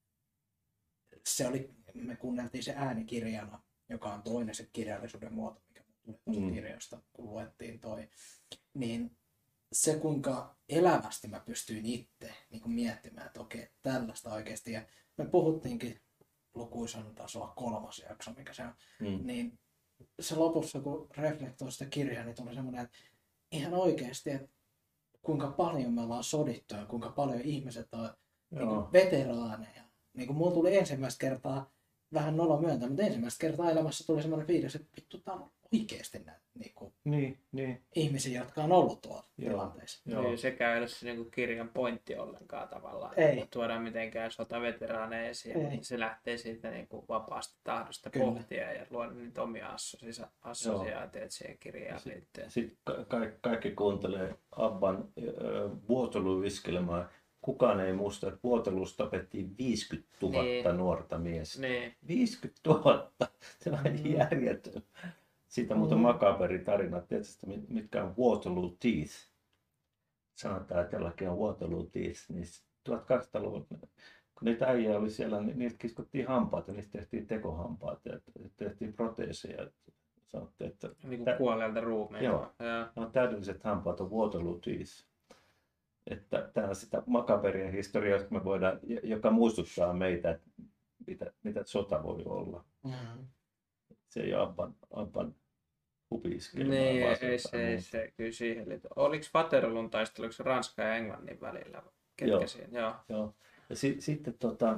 Speaker 1: me kuunneltiin se äänikirjana, joka on toinen se kirjallisuuden muoto, mikä tuli tuosta kirjasta, kun luettiin toi. Niin se, kuinka elävästi mä pystyin itse niin miettimään, että okei, tällaista oikeasti. Ja me puhuttiinkin lukuisan tasoa 3. jakso, mikä se on. Niin se lopussa, kun reflektoi sitä kirjaa, niin tuli semmoinen, että ihan oikeasti, että kuinka paljon me ollaan sodittu ja kuinka paljon ihmiset on niin veteraaneja. Niin kuin mulla tuli ensimmäistä kertaa, vähän nolo myöntää, mutta ensimmäistä kertaa elämässä tuli semmoinen fiilis, että vittu, tää on oikeasti näitä niin. ihmisiä, jotka on ollut tuolla tilanteessa.
Speaker 3: Niin, sekä ei ole se niin kirjan pointti ollenkaan tavallaan.
Speaker 1: Ei.
Speaker 3: Tuodaan mitenkään sotaveteraaneja esiin. Ei. Se lähtee siitä niin kuin vapaasta tahdosta pohtia ja luoda niitä omia assosiaatioita siihen kirjaan liittyen.
Speaker 2: Sitten kaikki kuuntelee Abban Waterloo-viskelmää kukaan ei muista, että Waterloossa tapettiin 50 000
Speaker 3: Niin.
Speaker 2: nuorta miestä.
Speaker 3: Niin.
Speaker 2: 50 000! Se on järjetön. Siitä on muuten makaberi tarina. Tietysti mitkä on Waterloo Teeth. Sanotaan, että jollakin on Waterloo Teeth. Niin 1200-luvulla, kun niitä äijä oli siellä, niin niiltä kiskottiin hampaat ja niistä tehtiin tekohampaat ja tehtiin proteeseja. Sanottiin, että
Speaker 3: Niin kuin kuolleelta ruumiilta.
Speaker 2: Joo. No, täydelliset hampaat on Waterloo Teeth. Että tämä on sitä makaberia historiaa, me voidaan, joka muistuttaa meitä, että mitä sota voi olla. Se ei ole Abban hupiskelemaan.
Speaker 3: Niin, ei se kyllä siihen liity. Oliko Waterloon taistelu Ranskan ja Englannin välillä? Ketkä siinä?
Speaker 2: Joo. Ja sitten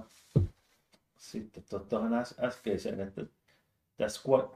Speaker 2: tuohon äskeiseen, että tämä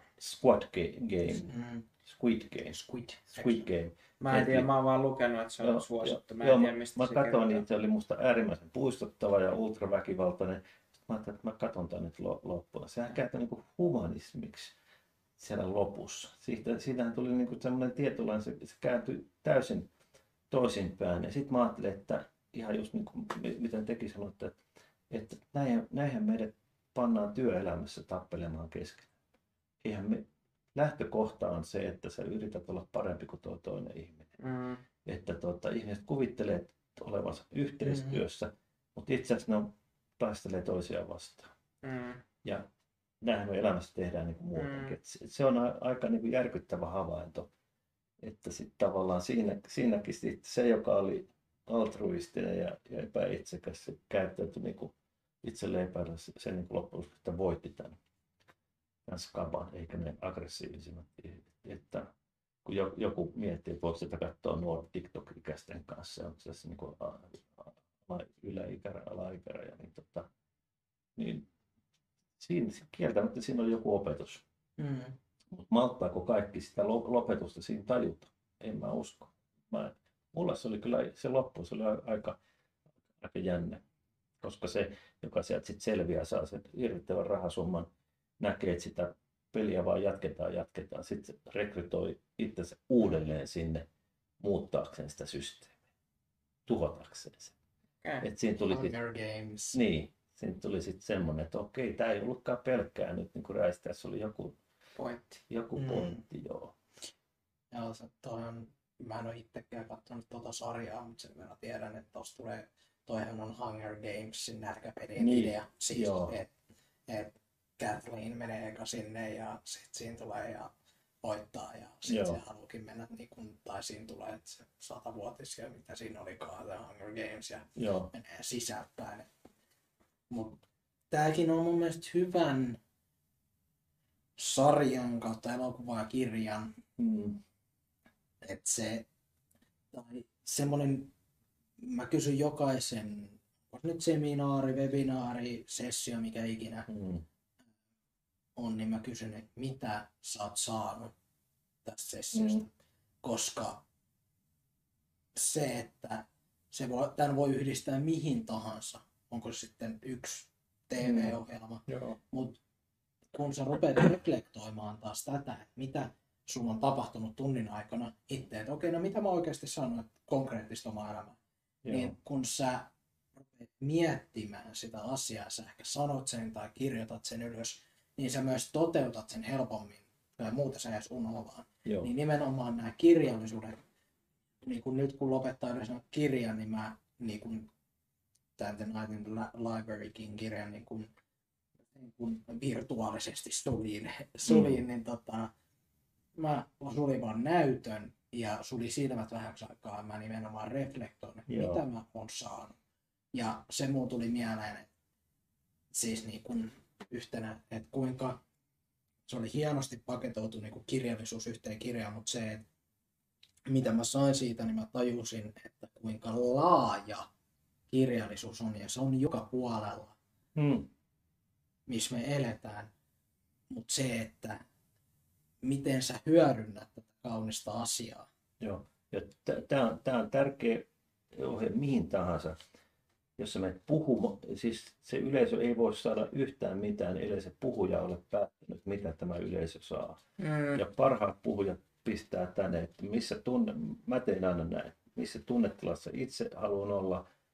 Speaker 2: Squid Game.
Speaker 3: Mä en tiedä, mä oon vaan lukenut, että se on suosittu. Mä en tiedä, mistä
Speaker 2: mä
Speaker 3: se
Speaker 2: katsoin
Speaker 3: kertoo.
Speaker 2: niin, se oli musta äärimmäisen puistuttava ja ultraväkivaltainen. Sitten mä ajattelin, että mä katson tämän nyt loppuun. Sehän käytää niin kuin humanismiksi siellä lopussa. Siitähän tuli niin kuin semmoinen tietynlainen, se kääntyi täysin toisinpäin. Ja sitten mä ajattelin, että ihan just niin kuin, miten tekin sanoitte, että näinhän meidät pannaan työelämässä tappelemaan kesken. Eihän me, lähtökohta on se, että sä yrität olla parempi kuin tuo toinen ihminen. Että ihmiset kuvittelee olevansa yhteistyössä, mutta itse asiassa ne taistelee toisiaan vastaan. Ja näinhän me elämässä tehdään niin kuin muutenkin. Se on aika niin kuin järkyttävä havainto, että sitten tavallaan siinäkin se, joka oli altruistinen ja epäitsekäs, se käyttäytyi niin kuin itselleen epäillä, se niin kuin loppujen lopuksi voitti tämän skaban, eikä ne aggressiivisimmat. Että kun joku miettii, että voiko sitä katsoa nuoret TikTok-ikäisten kanssa, onko se niin kuin yläikärä, alaikärä, niin siinä kieltämättä siinä on joku opetus. Mutta malttaako kaikki sitä lopetusta siinä tajuta? En mä usko. Mulla se oli kyllä se loppu, se oli aika jännä. Koska se, joka sieltä sitten selviää, saa sen hirvittävän rahasumman, näkee, että sitä peliä vaan jatketaan. Sitten se rekrytoi itsensä uudelleen sinne muuttaakseen sitä systeemiä, tuhotakseen sen.
Speaker 1: Okay.
Speaker 2: Siinä tuli
Speaker 1: Hunger Games.
Speaker 2: Niin, siinä tuli sitten semmoinen, että okei, tämä ei ollutkaan pelkkää nyt niin kuin räistäessä, oli joku pointti, joo.
Speaker 1: Ja mä en ole itsekään katsonut tuota sarjaa, mutta sen verran tiedän, että toihan on Hunger Gamesin nälkäpelien idea. Siis, että Kathleen menee eka sinne ja sitten siinä tulee ja voittaa ja sitten se haluukin mennä, niin kun, tai siinä tulee että se 100-vuotis ja mitä siinä olikaan, se Hunger Games ja menee sisäänpäin. Mutta tääkin on mun mielestä hyvän sarjan kautta elokuvan ja kirjan. Että se, tai semmonen, mä kysyn jokaisen, onko nyt seminaari, webinaari, sessio, mikä ikinä on, niin mä kysyn, että mitä sä oot saanut tästä sessiosta. Koska se, että tämän voi yhdistää mihin tahansa, onko se sitten yksi TV-ohjelma, mutta kun sä rupeat reflektoimaan taas tätä, että mitä sun on tapahtunut tunnin aikana itse, että okei, no mitä mä oikeasti sanon konkreettista omaa elämää, niin kun sä rupeat miettimään sitä asiaa, sä ehkä sanot sen tai kirjoitat sen ylös, niin sä myös toteutat sen helpommin, tai muuta sä edes unohdaa. Niin nimenomaan nämä kirjallisuudet, niin kun nyt kun lopettaa yleensä kirjan, niin mä niin kun tämän The Night in the Librarykin kirjan niin kun virtuaalisesti suliin niin mä sulin vaan näytön ja suli silmät vähäksi aikaa, mä nimenomaan reflektoin, että mitä mä oon saanut. Ja se mun tuli mieleen, että siis niin kun yhtenä, että kuinka se oli hienosti paketoitu niin kuin kirjallisuus yhteen kirjaan, mutta se, että mitä mä sain siitä, niin mä tajusin, että kuinka laaja kirjallisuus on ja se on joka puolella, missä me eletään. Mutta se, että miten sä hyödynnät tätä kaunista asiaa.
Speaker 2: Joo, ja tämä on tärkeä ohje mihin tahansa. Jos sä menet puhumaan, siis se yleisö ei voi saada yhtään mitään, ellei se puhuja ole päättänyt, mitä tämä yleisö saa. Ja parhaat puhujat pistää tänne, että mä teen aina näin, missä tunnetilassa itse haluan olla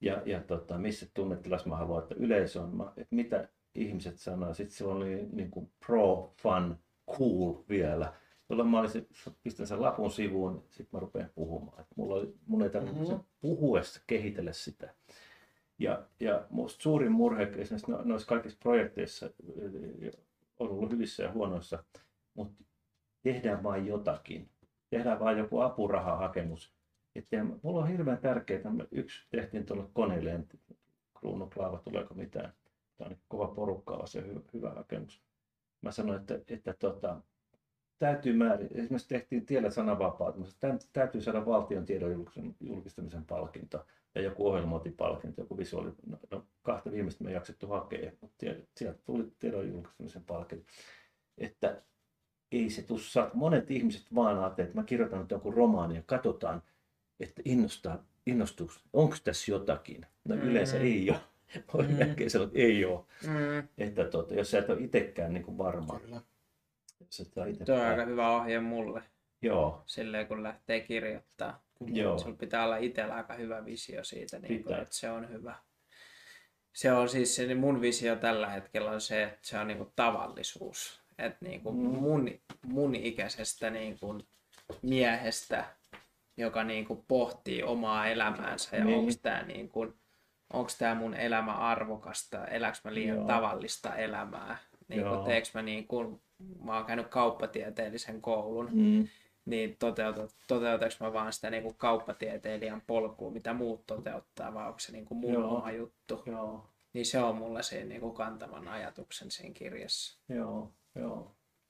Speaker 2: missä tunnetilassa mä haluan, että yleisö on, että mitä ihmiset sanoo. Sitten se oli niin kuin pro, fun, cool vielä. Jolloin mä pistän sen lapun sivuun, sitten mä rupean puhumaan. Mun ei tarvitse puhuessa kehitellä sitä. Ja musta suurin murhe esimerkiksi noissa kaikissa projekteissa on ollut hyvissä ja huonoissa, mutta tehdään vain jotakin. Tehdään vain joku apurahahakemus. Mulla on hirveän tärkeää, yksi tehtiin tuolle koneelle, kruunuklaava, tuleeko mitään. Tämä on kova porukka, se hyvä hakemus. Mä sanoin, että täytyy esimerkiksi tehtiin tiellä sananvapautta, täytyy saada valtion tiedon julkistamisen palkinto ja joku ohjelmointipalkinto, joku visuaali. No, kahta viimeistä me ei jaksettu hakea, mutta sieltä tuli tiedon julkistamisen palkinto. Että ei se tuossa, monet ihmiset vaan ajattelevat, että mä kirjoitan nyt jonkun romaanin ja katsotaan, että innostuu, onko tässä jotakin. No yleensä ei ole. Voi melkein sanoa, että ei ole. Että jos sä et ole itsekään niin varma.
Speaker 1: Kyllä.
Speaker 3: Tuo on aika hyvä ohje mulle.
Speaker 2: Joo.
Speaker 3: Silleen kun lähtee kirjoittaa.
Speaker 2: Joo.
Speaker 3: Sulla pitää olla itsellä aika hyvä visio siitä, niin kun, että se on hyvä. Se on siis se, mun visio tällä hetkellä on se, että se on niin kuin tavallisuus. Että niin kuin mun ikäisestä niin kuin miehestä, joka niin kuin pohtii omaa elämäänsä ja onko tämä mun elämä arvokasta, elääkö mä liian tavallista elämää, teekö mä mä oon käynyt kauppatieteellisen koulun, niin toteutanko mä vaan sitä niin kuin kauppatieteilijän polkua, mitä muut toteuttaa, vai onko se niin kuin mun oma juttu.
Speaker 2: Joo.
Speaker 3: Niin se on mulle siinä niin kuin kantavan ajatuksen siinä kirjassa.
Speaker 2: Joo.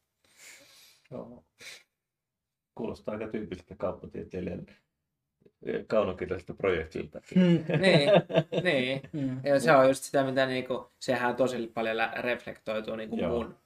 Speaker 2: Kuulostaa aika tyypillistä kauppatieteilijän kaunokirjallisesta projektilta.
Speaker 3: Niin. Ja se on just sitä, mitä niinku, sehän tosi paljon reflektoituu niinku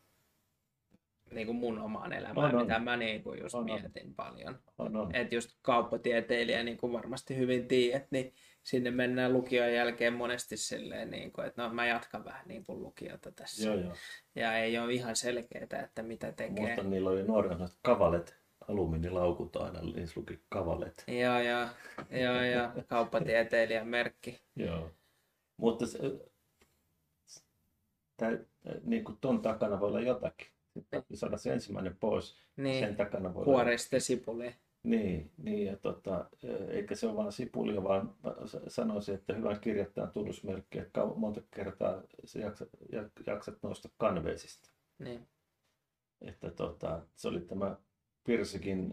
Speaker 3: mun omaan elämään, mitä mä niinku just mietin paljon. Että just kauppatieteilijä, niin kuin varmasti hyvin tiedät, niin sinne mennään lukion jälkeen monesti silleen, niinku, että no mä jatkan vähän niinku lukiota tässä.
Speaker 2: Joo.
Speaker 3: Ja ei ole ihan selkeää, että mitä tekee.
Speaker 2: Muistan, niillä oli nuorena kavalet. Alumiinilaukut aina, niissä luki kavalet.
Speaker 3: Joo, kauppatieteilijän merkki.
Speaker 2: Joo, mutta niin kuin ton takana voi olla jotakin. Sitten saada se ensimmäinen pois,
Speaker 3: niin.
Speaker 2: Sen takana voi
Speaker 3: kuoriste sipuli.
Speaker 2: Niin ja eikä se ole vain sipulia, vaan sanoisin, että hyvän kirjoittajan tunnusmerkki, että monta kertaa jaksat nousta kanveesista.
Speaker 3: Niin.
Speaker 2: Että se oli tämä Pirsikin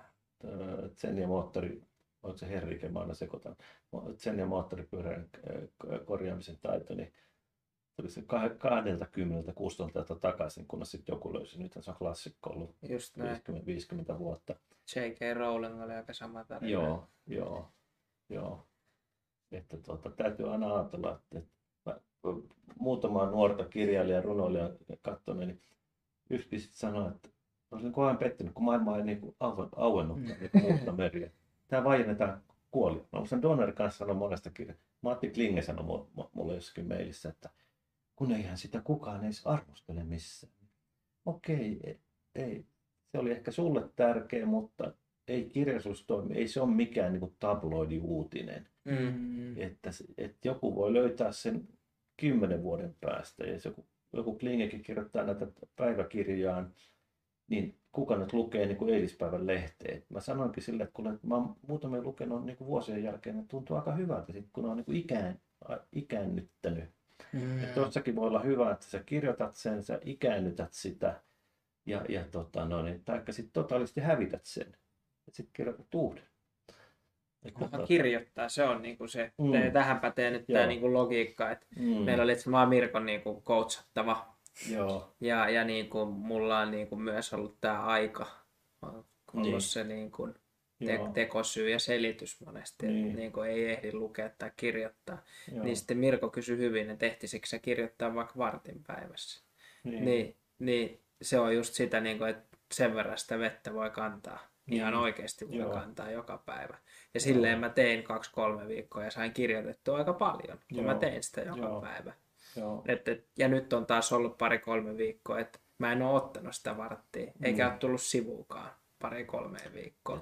Speaker 2: Zen ja moottori, onko se herrike, mä aina sekoitan, Zen ja moottoripyörän korjaamisen taito, niin tuli se 20 kustantajalta takaisin, kunnes sitten joku löysi. Nythän se on klassikko ollut 50 vuotta.
Speaker 3: J.K. Rowling oli aika sama tarina.
Speaker 2: Joo. Että täytyy aina ajatella, että muutamaa nuorta kirjailijaa, runoilijaa katsoneeni, niin yksi sanoi, että olisin aina pettynyt, kun maailma ei niin auennut niin muuta meriä. Tämä vaiennetaan kuoli. No, sen Donner kanssa sanoi monesta kirjaa. Matti Klinge sanoi mulle jossakin mailissa, että kun eihän sitä kukaan edes arvostele missään. Okei, ei. Se oli ehkä sulle tärkeä, mutta ei kirjallisuus toimi. Ei se ole mikään niin kuin tabloidi-uutinen. Että joku voi löytää sen 10 vuoden päästä. Ja jos joku Klingekin kirjoittaa näitä päiväkirjaan, niin kuka nyt lukee niin kuin eilispäivän lehteet? Mä sanoinkin sille, että kun mä oon muutamia lukenut niin kuin vuosien jälkeen, niin tuntuu aika hyvältä, kun on niin kuin ikäännyttänyt. Tuossakin voi olla hyvä, että sä kirjoitat sen, sä ikäännytät sitä, taikka sitten totaalisesti hävität sen. Sitten kirjoitat uuden.
Speaker 3: Kirjoittaa, se on niinku se. Tähän pätee nyt tämä niinku logiikka, että meillä oli vaan Mirkon niinku coachattava.
Speaker 2: Joo.
Speaker 3: Ja niinku, mulla on niinku myös ollut tämä aika, ollut se niinku tekosyy ja selitys monesti, että niinku ei ehdi lukea tai kirjoittaa. Niin sitten Mirko kysyi hyvin, että ehtisikö sä kirjoittaa vaikka vartin päivässä. Niin se on just sitä, niinku, että sen verran sitä vettä voi kantaa. Ihan oikeasti voi kantaa joka päivä. Ja silleen mä tein 2-3 viikkoa ja sain kirjoitettua aika paljon, kun mä tein sitä joka päivä. Ja nyt on taas ollut 2-3 viikkoa, että mä en ole ottanut sitä varttia, eikä ole tullut sivuukaan 2-3 viikkoa.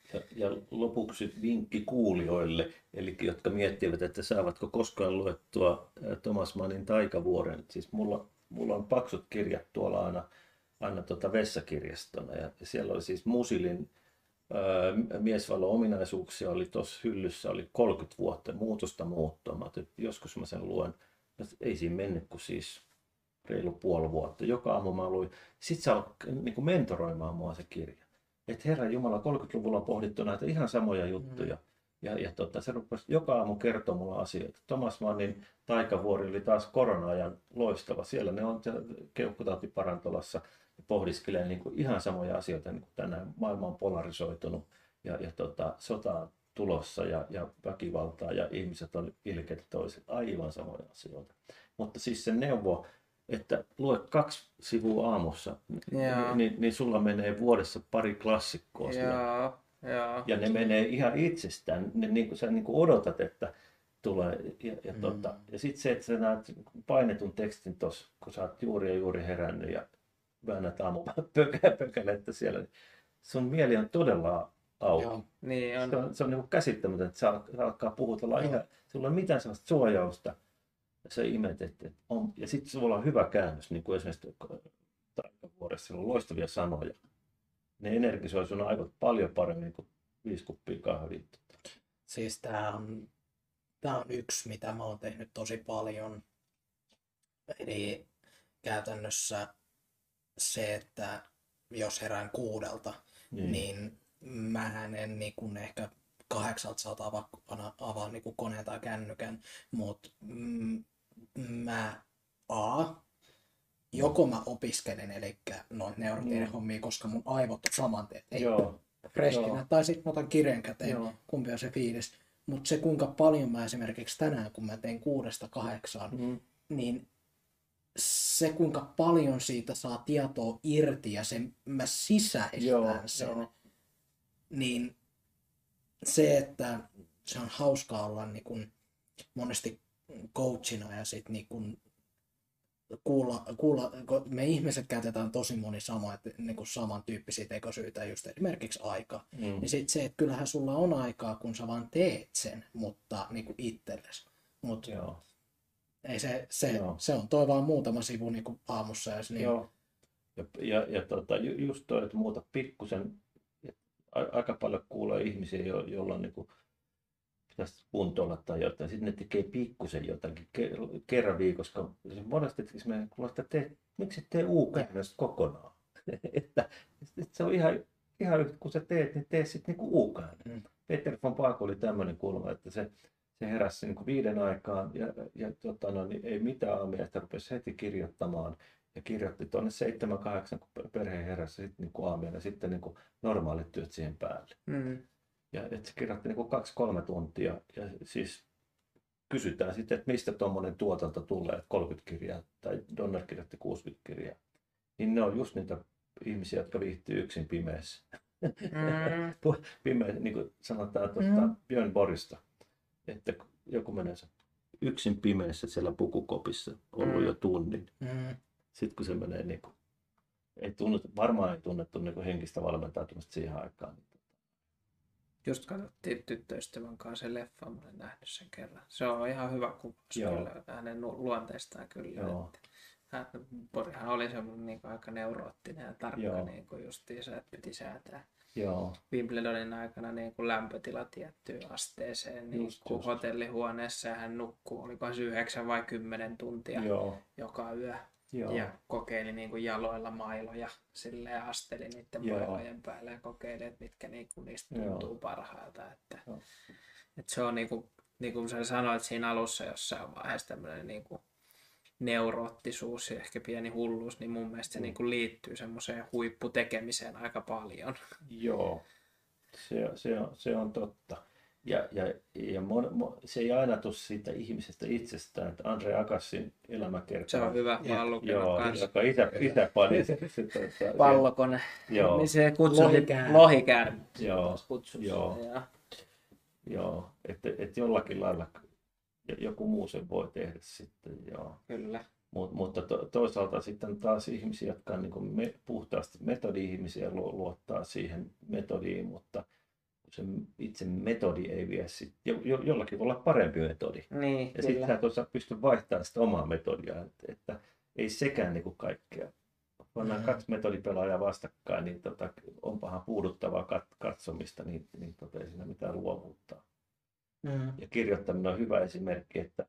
Speaker 2: Ja lopuksi vinkki kuulijoille, eli jotka miettivät, että saavatko koskaan luettua Thomas Mannin Taikavuoren. Siis mulla on paksut kirjat tuolla aina vessakirjastona. Ja siellä oli siis Musilin miesvalo-ominaisuuksia oli tuossa hyllyssä, oli 30 vuotta muutosta muuttomatta. Joskus mä sen luen. Ei siinä mennyt kuin siis reilu puoli vuotta. Joka aamu mä luin. Sitten se alkoi niin mentoroimaan mua se kirja. Että Herran Jumala, 30-luvulla on pohdittu näitä ihan samoja juttuja. Se rupesi joka aamu kertoa mulle asioita. Thomas Mannin Taikavuori oli taas korona-ajan loistava. Siellä ne on keuhkotautiparantolassa ja pohdiskelee niin kuin ihan samoja asioita, niin kuin tänään maailma on polarisoitunut sota on tulossa ja väkivaltaa ja ihmiset on ilkeitä toiset. Aivan samoja asioita. Mutta siis se neuvo, että lue 2 sivua aamussa, niin sulla menee vuodessa pari klassikkoa. Ja ne menee ihan itsestään. Sä niin kuin odotat, että tulee. Ja sitten se, että sä näet painetun tekstin tuossa, kun sä oot juuri herännyt ja väännät aamupökälettä siellä. Niin sun mieli on todella auki.
Speaker 3: Niin on.
Speaker 2: Se on niin kuin käsittämätöntä, että se alkaa puhutella ihan, sulla ei ole mitään sellaista suojausta. Se imet, että on. Ja sitten sulla on hyvä käännös, niin kuin esimerkiksi Taikavuoressa, siellä on loistavia sanoja. Ne energisoi sun aivot paljon paremmin kuin 5 kuppia kahvia.
Speaker 1: Siis tää on yksi, mitä mä oon tehnyt tosi paljon. Eli käytännössä se, että jos herään 6, niin mähän en niin kuin ehkä 8 saata avaa niin kuin koneen tai kännykän, mutta joko mä opiskelen, eli noin neurotiedehommia, koska mun aivot on saman tien, freshinä, tai sitten mä otan kirjan käteen, kumpi on se fiilis. Mutta se kuinka paljon mä esimerkiksi tänään, kun mä tein 6-8, niin se kuinka paljon siitä saa tietoa irti ja mä sisäistän sen, niin se, että se on hauskaa olla niin kun monesti coachina ja sitten niin kun kuulla, kun me ihmiset käytetään tosi moni niin kuin samantyyppisiä tekosyitä, just esimerkiksi aika. Niin sitten se, että kyllähän sulla on aikaa, kun sä vaan teet sen, mutta niin kuin itsellesi. Ei se on toi vaan muutama sivu niin kuin aamussa. Niin...
Speaker 2: Joo. Just toi, että muuta pikkusen, aika paljon kuulee ihmisiä, joilla on niin kuin pitäisi kuntoilla tai jotain. Sitten ne tekee pikkusen jotakin kerran viikossa. Monesti miksi et tee U-käännöstä kokonaan? että se on ihan kun sä teet, niin tee sitten niinku U-käännöstä. Peter von Bach oli tämmöinen kulma, että se heräsi niin 5 aikaan ja niin ei mitään aamia, että rupesi heti kirjoittamaan. Ja kirjoitti tuonne 7-8, kun perhe heräsi sitten niin aamia ja sitten niin normaalit työt siihen päälle. Ja että se kirjoitti niin 2-3 tuntia. Ja siis kysytään sitten, että mistä tuommoinen tuotanto tulee, että 30 kirjaa tai Donner kirjoitti 60 kirjaa. Niin ne on just niitä ihmisiä, jotka viihtyy yksin pimeässä. Niin kuin sanotaan Björn Borgista, että joku menee yksin pimeässä siellä pukukopissa ollut jo tunnin. Sitten kun se menee, niin kuin, varmaan ei tunnettu niin henkistä valmentautumista siihen aikaan.
Speaker 3: Just katsottiin tyttöystävän kanssa se leffa, mä olen nähnyt sen kerran. Se on ihan hyvä kuvaus kyllä, hänen luonteestaan kyllä. Borghan oli semmoinen niin aika neuroottinen ja tarkka niin justiinsa, että piti säätää Wimbledonin aikana niin kuin lämpötila tiettyyn asteeseen niin kuin hotellihuoneessa ja hän nukkuu, oliko se 9 vai 10 tuntia joka yö. Ja kokeili niin kuin jaloilla mailoja silleen, asteli niiden mailojen päälle ja kokeili, että mitkä niin kuin niistä tuntuu parhaalta. Että se on niin kuin sä sanoit siinä alussa jossain vaiheessa tämmöinen niin kuin neuroottisuus ja ehkä pieni hulluus, niin mun mielestä se niin kuin liittyy semmoiseen huipputekemiseen aika paljon. Joo,
Speaker 2: se on totta. Ja se ei aina tule siitä ihmisestä itsestään, että Andre Agassin elämäkerta.
Speaker 3: Se on hyvä, mä oon lukenut kanssa.
Speaker 2: Joka isä pani
Speaker 3: pallokone. Niin se kutsui lohikäärme.
Speaker 2: Joo. Että jollakin lailla joku muu sen voi tehdä sitten.
Speaker 3: Kyllä.
Speaker 2: Mutta toisaalta sitten taas ihmisiä, jotka on niin puhtaasti metodi-ihmisiä, luottaa siihen metodiin, mutta se itse metodi ei vie jollakin voi olla parempi metodi.
Speaker 3: Niin,
Speaker 2: ja sitten sä et osaa pysty vaihtamaan sitä omaa metodia, että ei sekään niin kuin kaikkea. Pannaan 2 metodipelaajaa vastakkain, niin onpahan puuduttavaa katsomista, niin ei siinä mitään luovuuttaa. Ja kirjoittaminen on hyvä esimerkki, että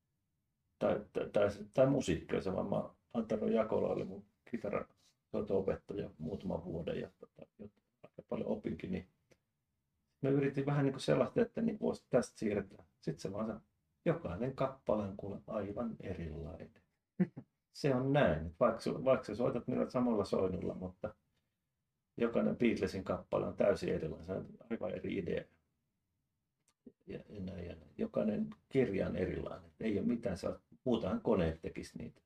Speaker 2: tai musiikki on sama. Mä Antero Jakola oli mun kitarasoito-opettaja muutaman vuoden ja aika paljon opinkin, niin mä yritin vähän niin kuin sellaista, että niin voisi tästä siirtää. Sitten se vaan sanoi, jokainen kappale on kuule aivan erilainen. Se on näin, että vaikka sä soitat minulle samalla soinnulla, mutta jokainen Beatlesin kappale on täysin erilainen, se on aivan eri idea. Ja näin. Jokainen kirja on erilainen, ei ole mitään, muutahan koneet tekisi niitä.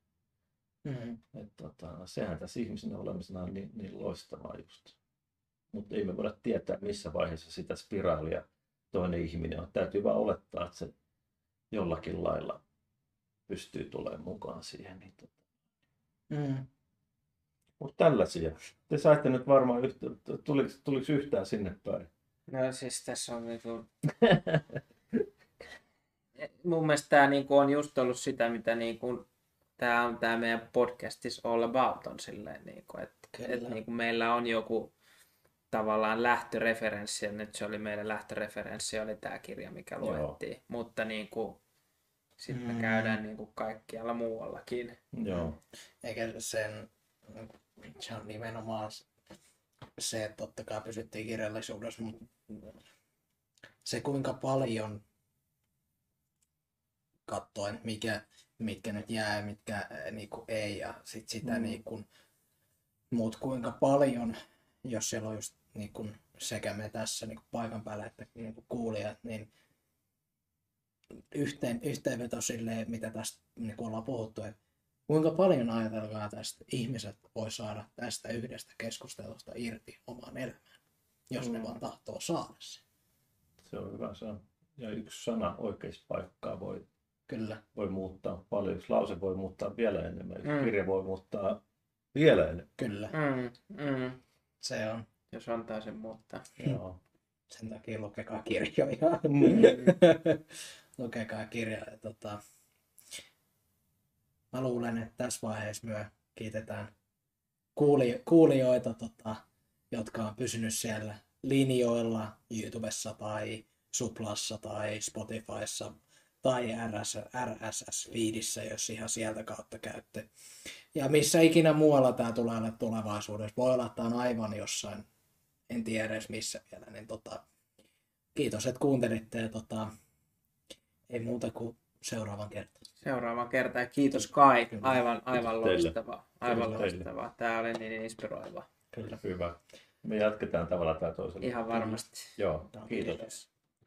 Speaker 2: Sehän tässä ihmisenä olemisena on niin loistavaa just. Mutta ei me voida tietää, missä vaiheessa sitä spiraalia toinen ihminen on. Täytyy vaan olettaa, että se jollakin lailla pystyy tulemaan mukaan siihen. Mutta tällaisia. Te saitte nyt varmaan, tuliko yhtään sinne päin?
Speaker 3: No siis tässä on niinku... Mun mielestä tää niinku on just ollut sitä, mitä niinku... Tää on tää meidän podcast is all about on silleen niinku, että niinku meillä on joku tavallaan lähtöreferenssi, ja nyt se oli meidän lähtöreferenssi, oli tää kirja, mikä luettiin. Joo. Mutta niinku... Sitten me käydään niinku kaikkialla muuallakin.
Speaker 2: Joo.
Speaker 1: Eikä se on nimenomaan se, että totta kai pysyttiin kirjallisuudessa, mutta se kuinka paljon katsoen, mitkä nyt jää ja mitkä niinku ei, ja sit sitä niinku, mut kuinka paljon, jos siellä on just niinku sekä me tässä niinku paikan päällä että niinku kuulijat, niin yhteenveto silleen, mitä tästä niinku ollaan puhuttu, että kuinka paljon ajatelkaa tästä ihmiset voi saada tästä yhdestä keskustelusta irti omaan elämään, jos ne vaan tahtoo saada sen.
Speaker 2: Se on hyvä sana. Ja yksi sana oikeassa paikkaa voi muuttaa paljon. Yksi lause voi muuttaa vielä enemmän. Yksi kirja voi muuttaa vielä enemmän.
Speaker 1: Kyllä. Se on.
Speaker 3: Jos antaa sen muuttaa.
Speaker 2: Joo.
Speaker 1: Sen takia lukekaa kirjoja. Lukekaa kirjoja. Mä luulen, että tässä vaiheessa myös kiitetään kuulijoita, jotka on pysynyt siellä linjoilla YouTubessa tai Suplassa tai Spotifyssa tai RSS-feedissä, jos ihan sieltä kautta käytte. Ja missä ikinä muualla tämä tulee olla tulevaisuudessa. Voi olla, että tämä on aivan jossain, en tiedä edes missä vielä. Niin kiitos, että kuuntelitte ja ei muuta kuin seuraavan kertaan.
Speaker 3: Seuraavan kertaan. Kiitos Kai. Aivan loistavaa. Aivan loistavaa. Tämä oli niin inspiroivaa.
Speaker 2: Kyllä. Hyvä. Me jatketaan tavallaan tai toisella.
Speaker 3: Ihan varmasti.
Speaker 2: Joo, kiitos.